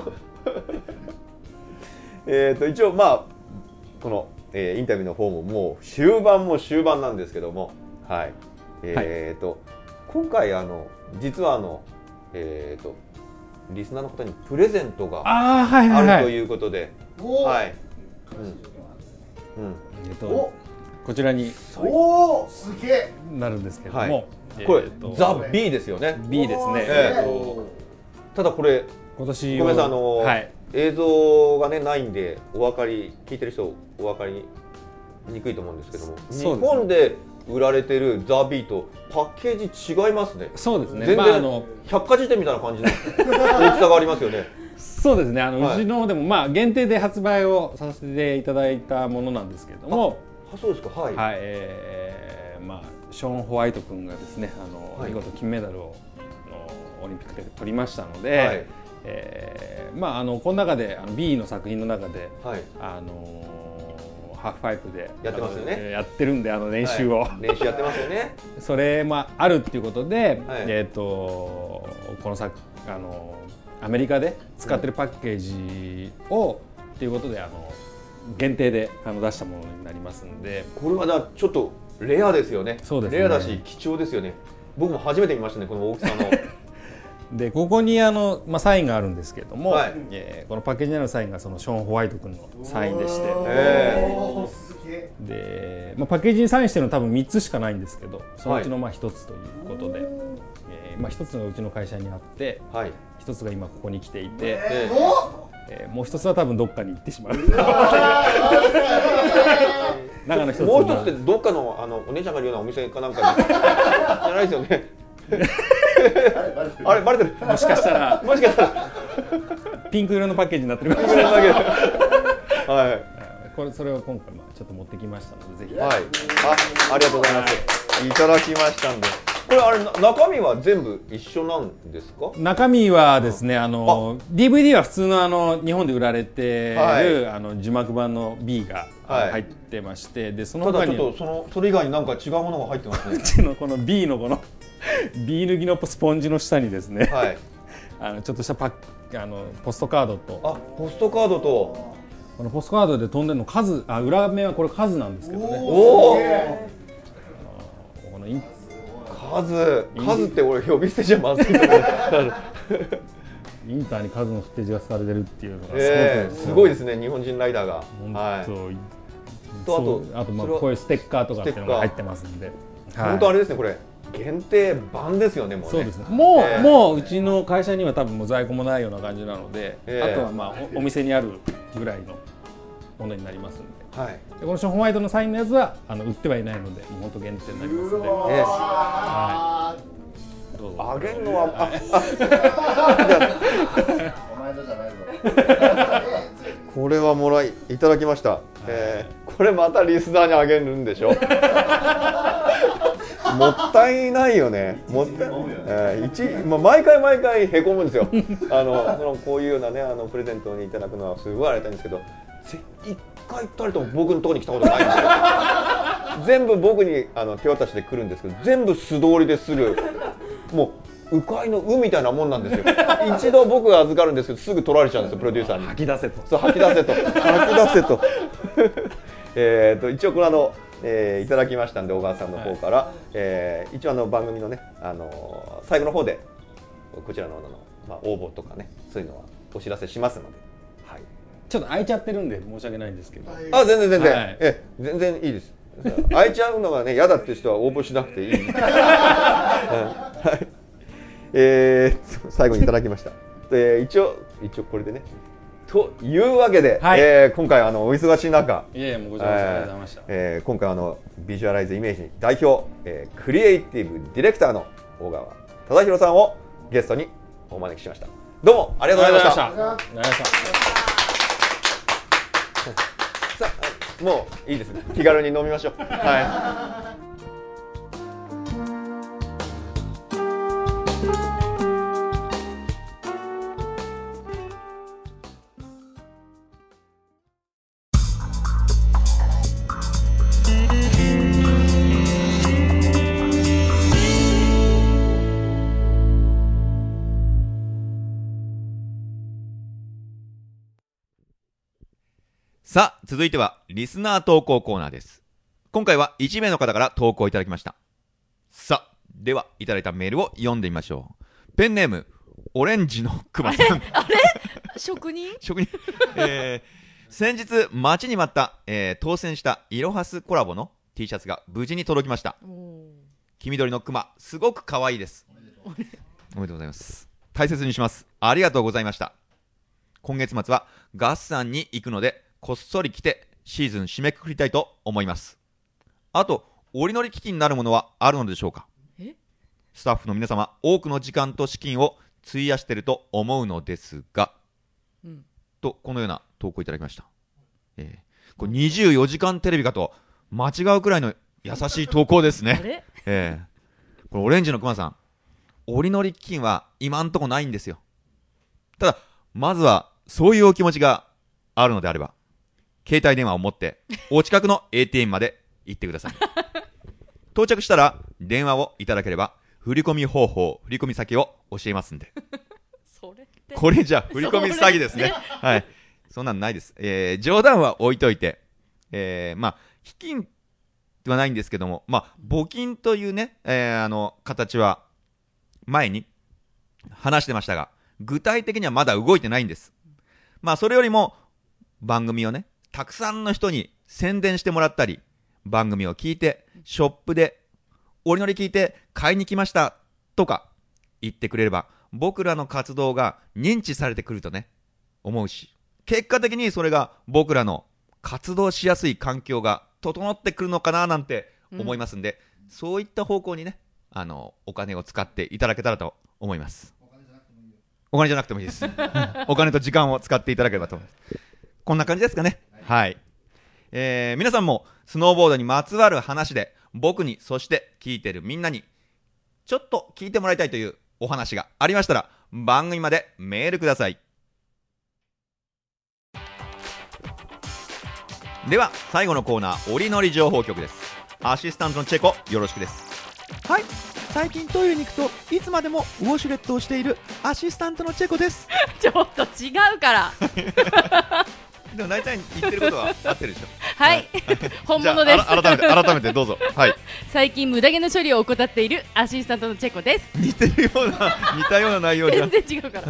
一応まあこの、インタビューの方ももう終盤なんですけども、はい。今回実はリスナーの方にプレゼントがあるということで、はい。 こちらになるんですけども、 これザ・ B ですよね。 B ですね。 ただこれ今年ごめんなさい映像がねないんで聞いてる人お分かりにくいと思うんですけども、日本で売られてるザ・ビーとパッケージ違いますね。 そうですね。 全然百科事典みたいな感じの大きさがありますよね。 そうですね。うちの方でもまあ限定で発売をさせていただいたものなんですけれども、 そうですか。はい。 はい。まあショーン・ホワイト君がですね、見事金メダルをオリンピックで取りましたので、まあこの中でB の作品の中で、ハーフパイプでやってますよね。 やってるんで練習を、 練習やってますよね。 それもあるっていうことで、このアメリカで使ってるパッケージをっていうことで限定で出したものになりますんで、 これはちょっとレアですよね。 そうですね。 レアだし貴重ですよね。僕も初めて見ましたね、この大きさの。 でここにサインがあるんですけれども、このパッケージにあるサインがそのショーン・ホワイト君のサインでして、で、パッケージにサインしてるのは多分3つしかないんですけど、そのうちの1つということで、1つがうちの会社にあって、1つが今ここに来ていて、もう1つは多分どっかに行ってしまう。中の1つもう1つってどっかのお姉ちゃんがいるようなお店かなんかじゃないですよね。あれバレてる。 もしかしたらピンク色のパッケージになってるかもしれない。はい。それを今回ちょっと持ってきましたので、ぜひ。 はい。ありがとうございます。いただきましたんで。これ中身は全部一緒なんですか？ 中身はですね、DVD は普通の日本で売られている字幕版の B が入ってまして、でその他にただちょっとそれ以外になんか違うものが入ってますね。 うちのこの B のこのB 抜きのスポンジの下にですね、ちょっとしたポストカードと、 ポストカードとこのポストカードで飛んでるの数、裏面はこれ数なんですけどね。 数って俺呼び捨てじゃまずいと思う。 インターに数のフッテージがされてるっていうのがすごいですね、日本人ライダーが。 あとこういうステッカーとかっていうのが入ってますんで、 本当あれですね、これ限定版ですよね。もうね。 そうですね。もううちの会社には多分もう在庫もないような感じなので、あとはお店にあるぐらいのものになりますので。でこのショーン・ホワイトのサインのやつは売ってはいないので、もう本当限定になりますので。 あげるのはお前のじゃないぞ。 これはいただきました。これまたリスナーにあげるんでしょ。もったいないよね。もったい毎回へこむんですよ。こういうようなねプレゼントにいただくのはすごいありがたいんですけど、一回たりとも僕のところに来たことないんですよ。全部僕に手渡しで来るんですけど、全部素通りでする。もう鵜飼いの鵜みたいなもんなんですよ。一度僕が預かるんですけどすぐ取られちゃうんですよ、プロデューサーに。 吐き出せと。 そう、吐き出せと吐き出せと一応これいただきましたんで、小川さんの方から、一応番組のね、最後の方でこちらの応募とかね、そういうのはお知らせしますので、はい、 ちょっと空いちゃってるんで申し訳ないんですけど。 あ、全然、はい、全然いいです。空いちゃうのがね嫌だっていう人は応募しなくていい。はい、最後にいただきました。一応これでね。というわけで、はい、今回お忙しい中、 いやいやもうごちそうさまでございました。 今回ビジュアライズイメージ代表、クリエイティブディレクターの大川忠宏さんをゲストにお招きしました。どうもありがとうございました。さあ、もういいですね。気軽に飲みましょう。はい。 さあ、続いてはリスナー投稿コーナーです。今回は1名の方から投稿いただきました。さあ、ではいただいたメールを読んでみましょう。ペンネームオレンジのくまさん。 あれ職人先日待ちに待った、当選したイロハスコラボの T シャツが無事に届きました。黄緑のクマ、すごく可愛いです。おめでとうございます。大切にします。ありがとうございました。今月末はガッサンに行くのでこっそり来てシーズン締めくくりたいと思います。あと折り乗り基金になるものはあるのでしょうか。スタッフの皆様多くの時間と資金を費やしていると思うのですが、とこのような投稿いただきました。これ24時間テレビかと間違うくらいの優しい投稿ですね。これオレンジのクマさん、折り乗り基金は今んとこないんですよ。ただまずはそういうお気持ちがあるのであれば携帯電話を持ってお近くの ATM まで行ってください。到着したら電話をいただければ振込方法、振込先を教えますんで。 それってこれじゃ振込詐欺ですね。はい、そんなんないです。冗談は置いといて、基金ではないんですけども、募金というね、形は前に話してましたが、具体的にはまだ動いてないんです。それよりも番組をね、たくさんの人に宣伝してもらったり、番組を聞いてショップで折り乗り聞いて買いに来ましたとか言ってくれれば、僕らの活動が認知されてくるとね思うし、結果的にそれが僕らの活動しやすい環境が整ってくるのかななんて思いますんで、そういった方向にね、お金を使っていただけたらと思います。お金じゃなくてもいいです。お金と時間を使っていただければと思います。こんな感じですかね。はい。皆さんもスノーボードにまつわる話で僕に、そして聞いてるみんなにちょっと聞いてもらいたいというお話がありましたら、番組までメールください。では最後のコーナー、折り乗り情報局です。アシスタントのチェコ、よろしくです。 はい、最近トイレに行くといつまでもウォシュレットをしているアシスタントのチェコです。 ちょっと違うからでも大体言ってることは合ってるでしょ。 はい、本物です。 改めてどうぞ。はい。 最近無駄毛の処理を怠っているアシスタントのチェコです。 似たような内容じゃん。 全然違うから、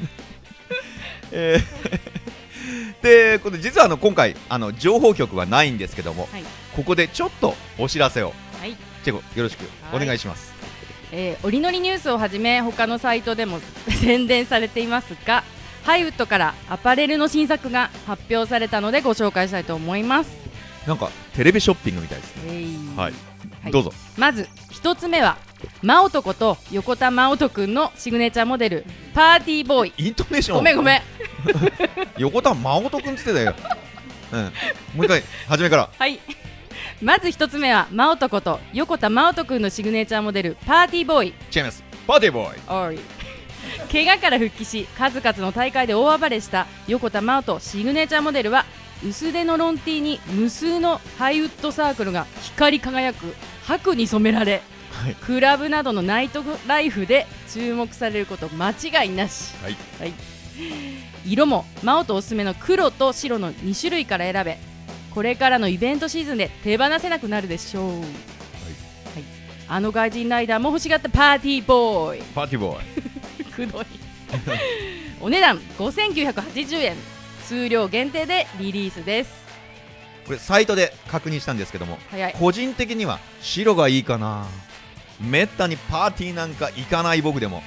でこれ実は今回情報局はないんですけども、ここでちょっとお知らせを、チェコよろしくお願いします。 折り乗りニュースをはじめ他のサイトでも宣伝されていますが、ハイウッドからアパレルの新作が発表されたのでご紹介したいと思います。 なんかテレビショッピングみたいですね。はい、どうぞ。 まず一つ目は真男こと横田真男くんのシグネチャーモデルパーティーボーイ。 イントネーションごめん横田真男くんって言ってたよ。もう一回初めから。 はい、まず一つ目は真男と横田真男くんのシグネチャーモデルパーティーボーイ。 違います。パーティーボーイ。 怪我から復帰し数々の大会で大暴れした横田真男シグネチャーモデルは、薄手のロンティーに無数のハイウッドサークルが光り輝く白に染められ、クラブなどのナイトライフで注目されること間違いなし。 はい、 はい、色もマオとおすすめの黒と白の2種類から選べ、これからのイベントシーズンで手放せなくなるでしょう。はい、はい、あの外人ライダーも欲しがったパーティーボーイ。 パーティーボーイくどいお値段5980円、数量限定でリリースです。 これサイトで確認したんですけども、個人的には白がいいかな。めったにパーティーなんか行かない僕でも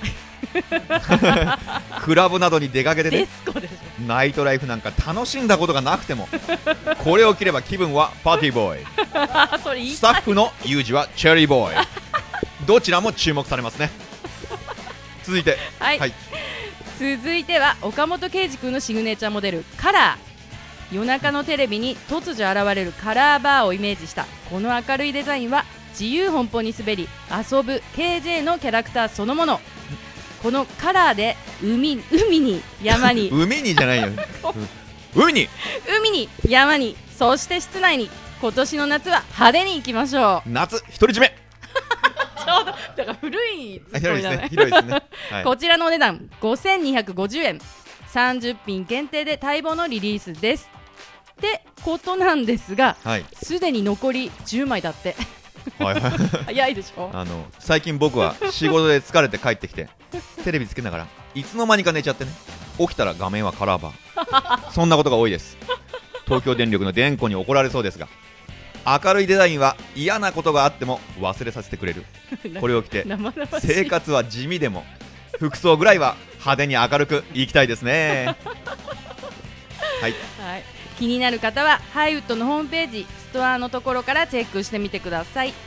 クラブなどに出かけてね、ナイトライフなんか楽しんだことがなくてもこれを着れば気分はパーティーボーイそれ言いたい。 スタッフのユージはチェリーボーイどちらも注目されますね。続いて、 はいはい、続いては岡本圭司君のシグネチャーモデルカラー。夜中のテレビに突如現れるカラーバーをイメージしたこの明るいデザインは自由奔放に滑り遊ぶ KJ のキャラクターそのもの。このカラーで海に山に海にじゃないよ海に山にそして室内に、今年の夏は派手に行きましょう。 夏独り占めちょうどだから古いツッコミだね。 広いですね、 はい、こちらのお値段5250円、30品限定で待望のリリースですってことなんですが、すでに残り10枚だってはい、はい、早いでしょ。 最近僕は仕事で疲れて帰ってきてテレビつけながらいつの間にか寝ちゃってね、起きたら画面はカラーバーそんなことが多いです。東京電力の電工に怒られそうですが、明るいデザインは嫌なことがあっても忘れさせてくれるこれを着て生活は地味でも服装ぐらいは派手に明るくいきたいですねはい、 はい、気になる方はハイウッドのホームページストアのところからチェックしてみてください。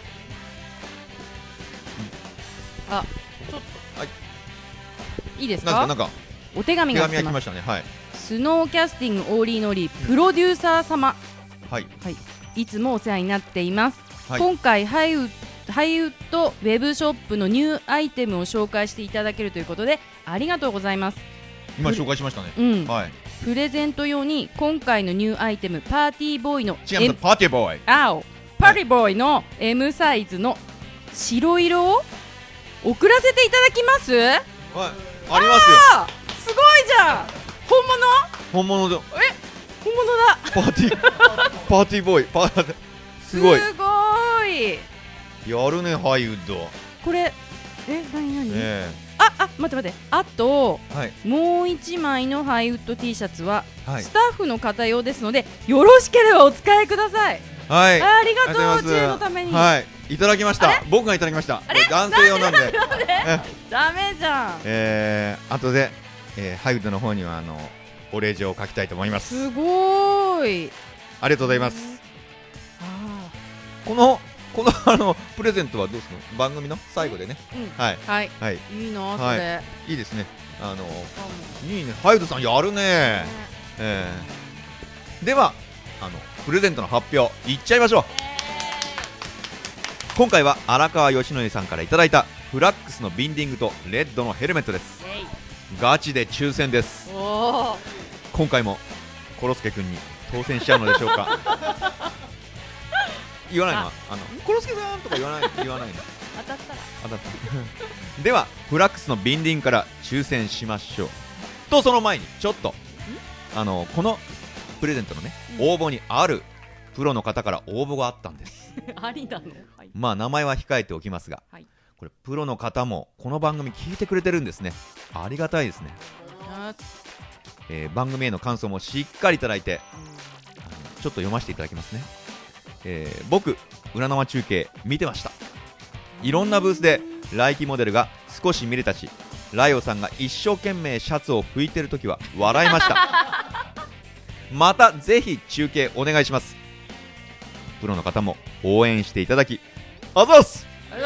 あ、ちょっと、はい、いいですか。 なんかお手紙が来ましたね。はい、スノーキャスティングオーリーノリープロデューサー様、はい、はい、いつもお世話になっています。はい、今回ハイウッドウェブショップのニューアイテムを紹介していただけるということでありがとうございます。 今紹介しましたね、 うん、はい、プレゼント用に今回のニューアイテムパーティーボーイの違います、パーティーボーイパーティーボーイの M サイズの白色を送らせていただきます。はい、 ありますよ。 すごいじゃん。本物だ。 本物だ。 パーティーボーイすごいやるねハイウッド。 これ何、待って、あと、はい、もう1枚のハイウッド T シャツは、はい、スタッフの方用ですのでよろしければお使いください。 はい、 ありがとう。知恵のために、 はい、いただきました。僕がいただきました。男性用なんでダメじゃん。 後で、ハイウッドの方にはお礼状を書きたいと思います。 すごい、 ありがとうございます。このプレゼントはどうするの？番組の最後でね。はいはいはい。いいなそれ。 いいですね。いいね。ハイウッドさんやるね。ではプレゼントの発表いっちゃいましょう。今回は荒川義則さんからいただいたフラックスのビンディングとレッドのヘルメットです。ガチで抽選です。今回もコロスケ君に当選しちゃうのでしょうか言わないの？コロスケさんとか言わないの？当たったではフラックスのビンディングから抽選しましょう。とその前にちょっとこのプレゼントのね、応募にあるプロの方から応募があったんですありなの？はい、 まあ名前は控えておきますが、はい、これプロの方もこの番組聞いてくれてるんですね。ありがたいですね。番組への感想もしっかりいただいて、ちょっと読ませていただきますね。僕裏生中継見てました。いろんなブースで来季モデルが少し見れたし、ライオさんが一生懸命シャツを拭いてるときは笑いましたまたぜひ中継お願いします。プロの方も応援していただきあざっす。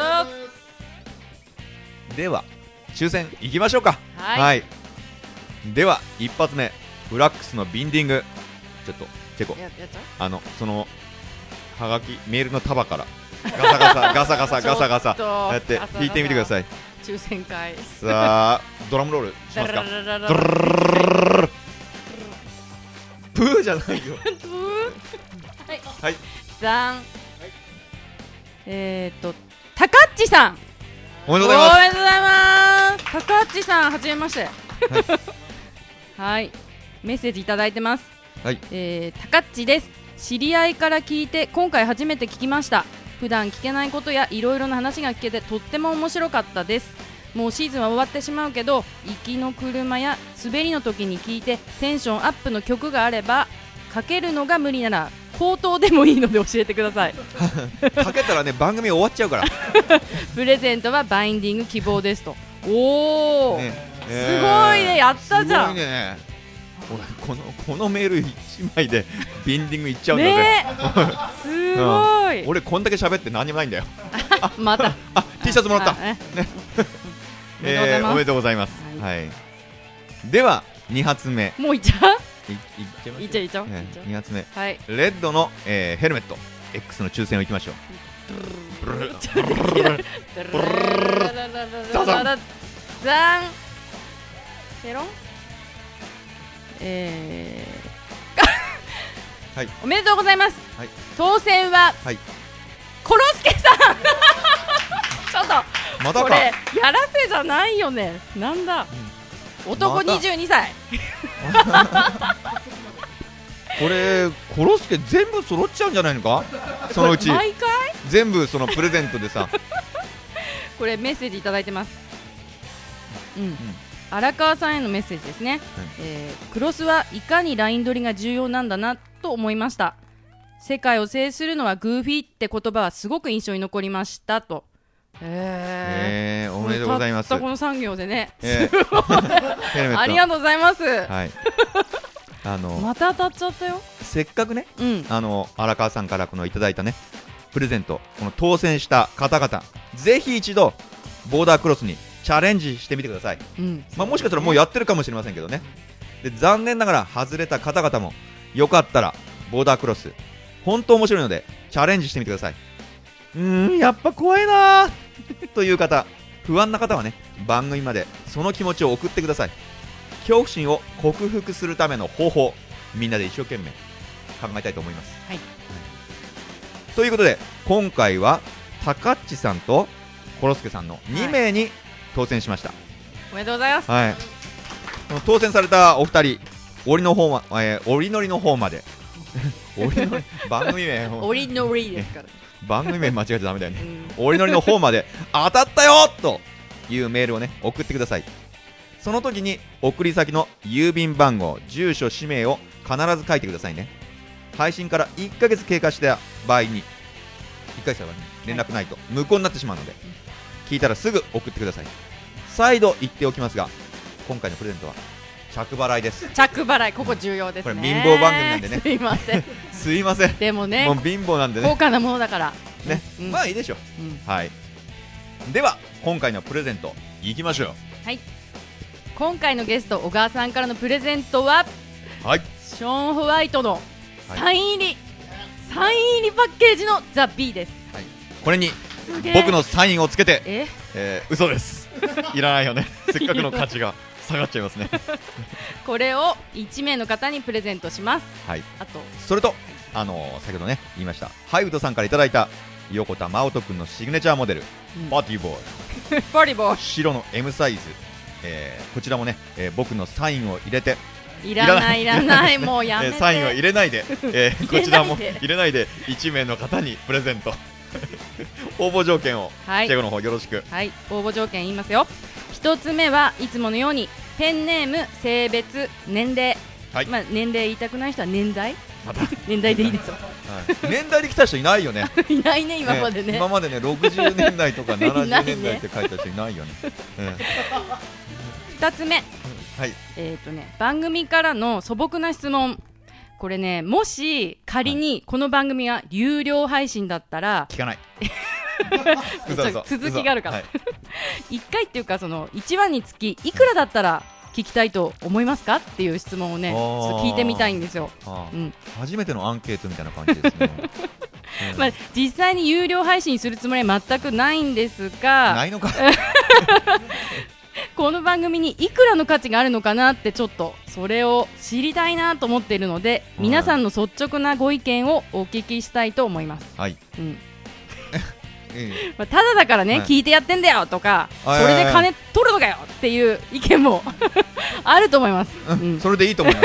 では抽選いきましょうか。はい、では一発目フラックスのビンディング、ちょっとチェコそのはがきメールの束からガサガサやって引いてみてください。 抽選会さあドラムロールしますか。プーじゃないよはい、 ざん、たかっちさんおめでとうございます。 おめでとうございます。 高知さんはじめまして。はい、メッセージいただいてます。 はい、 高知です。知り合いから聞いて今回初めて聞きました。普段聞けないことやいろいろな話が聞けてとっても面白かったです。もうシーズンは終わってしまうけど、行きの車や滑りの時に聞いてテンションアップの曲があれば、かけるのが無理なら口頭でもいいので教えてください。 かけたらね番組終わっちゃうから。 プレゼントはバインディング希望ですと。おお、 ね、 すごいね、やったじゃん。 すごいね。俺このメール1枚でビンディングいっちゃうんだぜ。 ねすごい、 俺こんだけ喋って何にもないんだよ。 また T シャツもらった。 ねおめでとうございます。はい。では2発目。 もういっちゃう？ いっちゃいっちゃう。 2発目。 はい。 レッドのヘルメット X の抽選をいきましょう。 ザン。ペロン。 はい。 おめでとうございます。 はい。 当選は。 はい。 コロスケさん。ちょっと。 またか。 これやらせじゃないよね。なんだ。男22歳。 これコロスケ全部揃っちゃうんじゃないのか。そのうち。 毎回。 全部そのプレゼントでさ。 これメッセージいただいてます。荒川さんへのメッセージですね。クロスはいかにライン取りが重要なんだなと思いました。世界を制するのはグーフィーって言葉はすごく印象に残りましたと。おめでとうございます。 たったこの3行でね、 ありがとうございます。 はい、 また当たっちゃったよ。 せっかくね、荒川さんからこのいただいたねプレゼント、この当選した方々、ぜひ一度ボーダークロスにチャレンジしてみてください。もしかしたらもうやってるかもしれませんけどね。で、残念ながら外れた方々もよかったらボーダークロス本当面白いのでチャレンジしてみてください。やっぱ怖いなという方、不安な方はね、番組までその気持ちを送ってください。恐怖心を克服するための方法、みんなで一生懸命考えたいと思います。 はい。 ということで今回は高知さんとコロスケさんの2名に当選しました。 おめでとうございます。 はい。この当選されたお二人、折りの方折りのりの方まで番組名折りのりですから。 番組名間違えちゃダメだよね。折りのりの方まで当たったよというメールをね送ってください。その時に送り先の郵便番号、住所、氏名を必ず書いてくださいね。配信から1ヶ月経過した場合に、1ヶ月は連絡ないと無効になってしまうので、聞いたらすぐ送ってください。再度言っておきますが、今回のプレゼントは着払いです。 着払い、ここ重要ですね。 これ貧乏番組なんでね。 すいません。 すいません。 でもね、 もう貧乏なんでね。 高価なものだからね、まあいいでしょう。はい。では今回のプレゼントいきましょう。 はい。今回のゲスト小川さんからのプレゼントは、 はい、 ショーン・ホワイトのサイン入りパッケージのザ・ビーです。 はい。これに僕のサインをつけて、嘘です。いらないよね。せっかくの価値が下がっちゃいますね。 これを1名の方にプレゼントします。 はい。 あとそれと先ほどね言いましたハイウッドさんからいただいた横田真音くんのシグネチャーモデル、パティボーイパティボーイ白の M サイズ、こちらもね、僕のサインを入れて、 いらないもうやめて、 サインを入れないで、こちらも入れないで1名の方にプレゼント。応募条件を、チェゴの方よろしく。 はい、応募条件言いますよ。1つ目はいつものようにペンネーム、性別、年齢、年齢言いたくない人は年代年代でいいですよ。 年代で来た人いないよね。 いないね、今までね。 今までね、60年代とか70年代って書いた人いないよね。 2つ目、番組からの素朴な質問。これね、もし仮にこの番組が有料配信だったら聞かない。 続きがあるから。1回っていうか、その1話につきいくらだったら聞きたいと思いますかっていう質問をね、ちょっと聞いてみたいんですよ。 初めてのアンケートみたいな感じですね。 まあ実際に有料配信するつもりは全くないんですが、 ないのか。 この番組にいくらの価値があるのかなって、ちょっとそれを知りたいなと思っているので、皆さんの率直なご意見をお聞きしたいと思います。 はい。 まあ、ただだからね、聞いてやってんだよとか、それで金取るのかよっていう意見もあると思います。 それでいいと思います。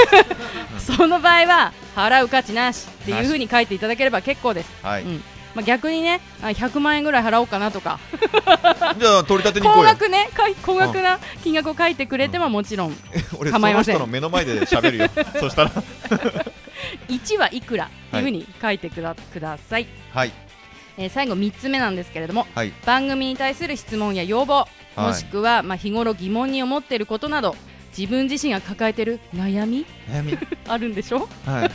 その場合は払う価値なしっていう風に書いていただければ結構です。まあ、逆にね、100万円ぐらい払おうかなとかじゃあ取り立てに行こうよ。 高額な金額を書いてくれてももちろん構いません。 俺その人の目の前で喋るよそしたら 1はいくらっていう風に書いてください。 はい。 最後3つ目なんですけれども、 はい、 番組に対する質問や要望、もしくはまあ日頃疑問に思っていることなど、自分自身が抱えている悩みあるんでしょ、はい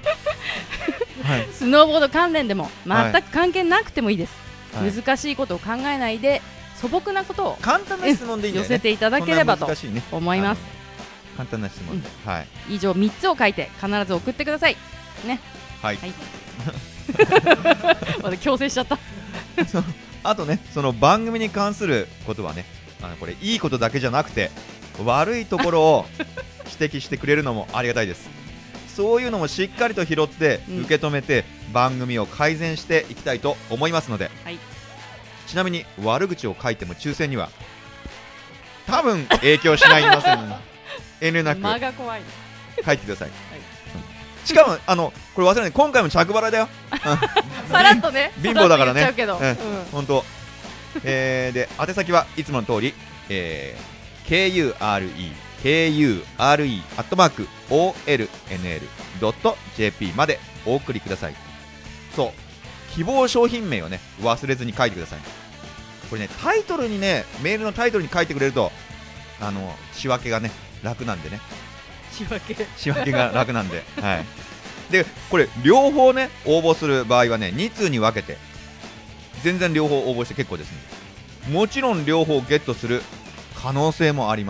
スノーボード関連でも全く関係なくてもいいです、難しいことを考えないで素朴なことを簡単な質問でいいんだよね、 寄せていただければと思います。 簡単な質問で、 以上3つを書いて必ず送ってくださいね。はい、まだ強制しちゃったあとね、その番組に関することはね、これいいことだけじゃなくて悪いところを指摘してくれるのもありがたいです。そういうのもしっかりと拾って受け止めて、番組を改善していきたいと思いますので、ちなみに悪口を書いても抽選には多分影響しないません遠慮なく間が怖い書いてください、しかもこれ忘れない、今回も着払いだよさらっとね貧乏だからね、 本当。で宛先はいつもの通り、KURE@OLNL.jp までお送りください。そう、希望商品名をね忘れずに書いてください。これね、タイトルにね、メールのタイトルに書いてくれると仕分けがね楽なんでね、仕分けが楽なんで、はい。でこれ両方ね応募する場合はね2通に分けて全然両方応募して結構ですね。もちろん両方ゲットする可能性もあります。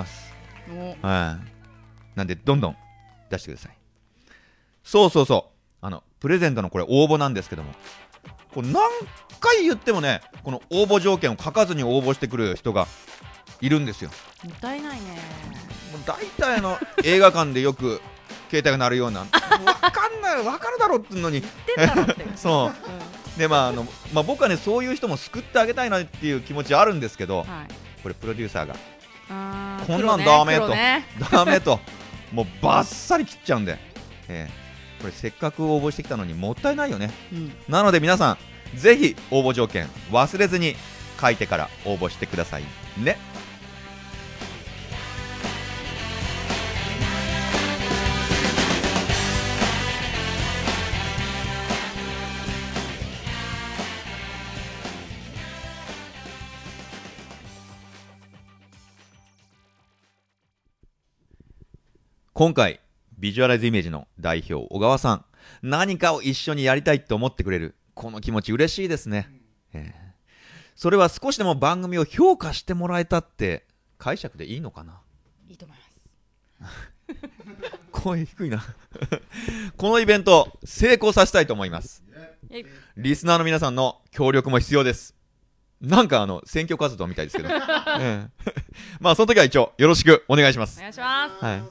なんでどんどん出してください。そうプレゼントのこれ応募なんですけども、これ何回言ってもね、この応募条件を書かずに応募してくる人がいるんですよ。 もったいないね。 もう大体映画館でよく携帯が鳴るような分かるだろうってのにそう、で僕はねそういう人も救ってあげたいなっていう気持ちあるんですけど、これプロデューサーがこんなんダメと、ダメともうバッサリ切っちゃうんで、これせっかく応募してきたのにもったいないよね、なので皆さんぜひ応募条件忘れずに書いてから応募してくださいね。今回ビジュアライズイメージの代表小川さん、何かを一緒にやりたいと思ってくれるこの気持ち嬉しいですね、それは少しでも番組を評価してもらえたって解釈でいいのかな。 いいと思います声低いなこのイベント成功させたいと思います。リスナーの皆さんの協力も必要です。なんか選挙活動みたいですけど、まあその時は一応よろしくお願いします。 お願いします、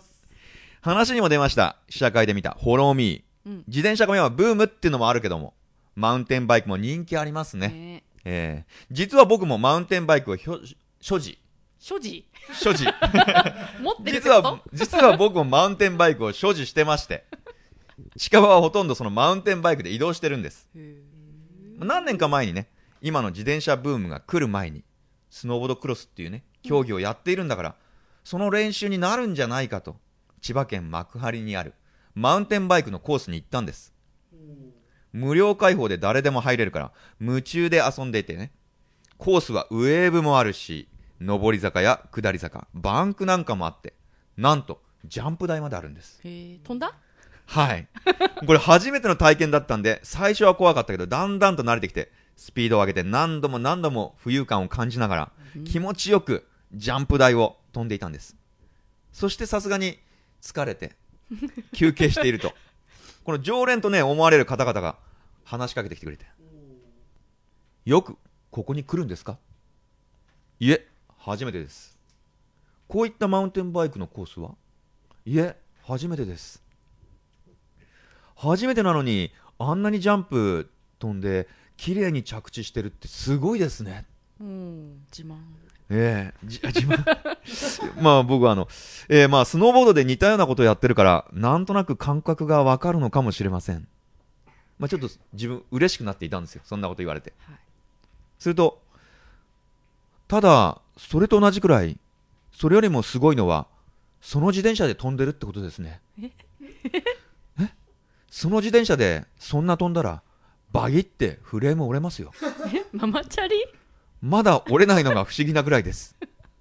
話にも出ました試写会で見たフォローミー、自転車が今ブームっていうのもあるけども、マウンテンバイクも人気ありますね、実は僕もマウンテンバイクを所持持ってる実は僕もマウンテンバイクを所持してまして、近場はほとんどそのマウンテンバイクで移動してるんです。何年か前にね、今の自転車ブームが来る前にスノーボードクロスっていうね競技をやっているんだから、その練習になるんじゃないかと千葉県幕張にあるマウンテンバイクのコースに行ったんです。無料開放で誰でも入れるから夢中で遊んでいてね、コースはウェーブもあるし、上り坂や下り坂、バンクなんかもあって、なんとジャンプ台まであるんです。 飛んだ？ はい。これ初めての体験だったんで、最初は怖かったけどだんだんと慣れてきて、スピードを上げて何度も浮遊感を感じながら気持ちよくジャンプ台を飛んでいたんです。そしてさすがに疲れて休憩しているとこの常連とね思われる方々が話しかけてきてくれて、よくここに来るんですか？いえ、初めてです。こういったマウンテンバイクのコースは？いえ、初めてです。初めてなのにあんなにジャンプ飛んで綺麗に着地してるってすごいですね。 自慢。 自慢まあ僕はまあスノーボードで似たようなことをやってるからなんとなく感覚がわかるのかもしれません。まあちょっと自分嬉しくなっていたんですよ、そんなこと言われて、するとただそれと同じくらいそれよりもすごいのはその自転車で飛んでるってことですね。その自転車でそんな飛んだらバギってフレーム折れますよ。 ママチャリまだ折れないのが不思議なぐらいです。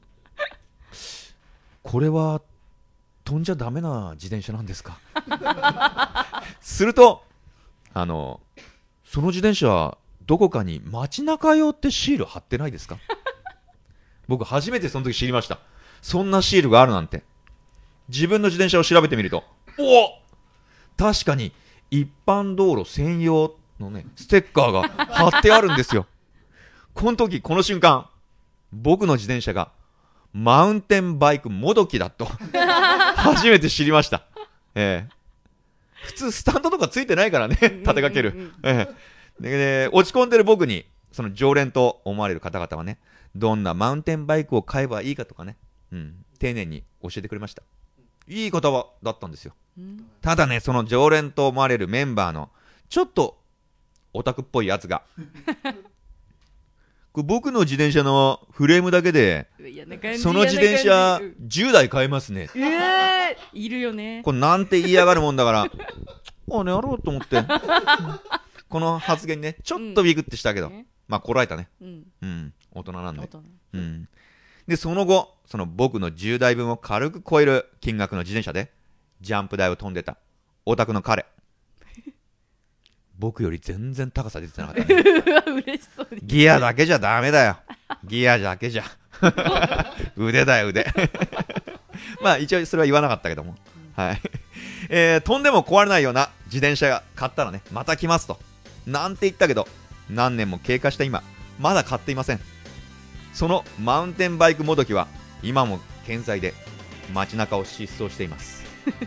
これは飛んじゃダメな自転車なんですか？するとその自転車どこかに街中用ってシール貼ってないですか？僕初めてその時知りました。そんなシールがあるなんて。自分の自転車を調べてみると、確かに一般道路専用のねステッカーが貼ってあるんですよ。この時この瞬間僕の自転車がマウンテンバイクもどきだと初めて知りました。普通スタンドとかついてないからね、立てかける。で落ち込んでる僕にその常連と思われる方々はね、どんなマウンテンバイクを買えばいいかとかね、丁寧に教えてくれました。いい言葉だったんですよ。ただね、その常連と思われるメンバーのちょっとオタクっぽいやつがこれ僕の自転車のフレームだけでその自転車10台買えますね。 いるよね。 これなんて言いやがるもんだからあれやろうと思ってこの発言ねちょっとビクってしたけど、まあこらえたね。大人なんで。でその後その僕の10台分を軽く超える金額の自転車でジャンプ台を飛んでたオタクの彼僕より全然高さ出てなかったね。 嬉しそうに。 ギアだけじゃダメだよ。ギアだけじゃ腕だよ腕まあ一応それは言わなかったけども、飛んでも壊れないような自転車が買ったらねまた来ますとなんて言ったけど、何年も経過した今まだ買っていません。そのマウンテンバイクもどきは今も健在で街中を疾走しています。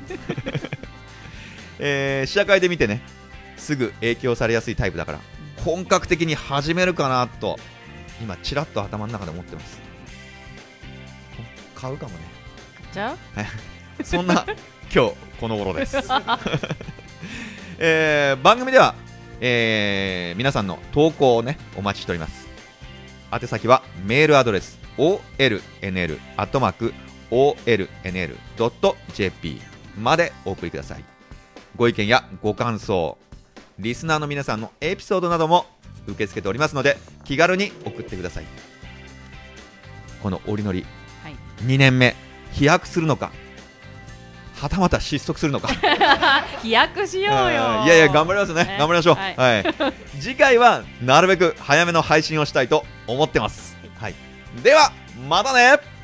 試写会で見てねすぐ影響されやすいタイプだから本格的に始めるかなと今ちらっと頭の中で思ってます。買うかもね。 じゃあそんな今日この頃です。番組では、皆さんの投稿をねお待ちしております。宛先はメールアドレス olnl@olnl.jp までお送りください。ご意見やご感想、リスナーの皆さんのエピソードなども受け付けておりますので気軽に送ってください。この折りのり、2年目飛躍するのかはたまた失速するのか飛躍しようよ。 いや頑張りますね、頑張りましょう。次回はなるべく早めの配信をしたいと思ってます。ではまたね。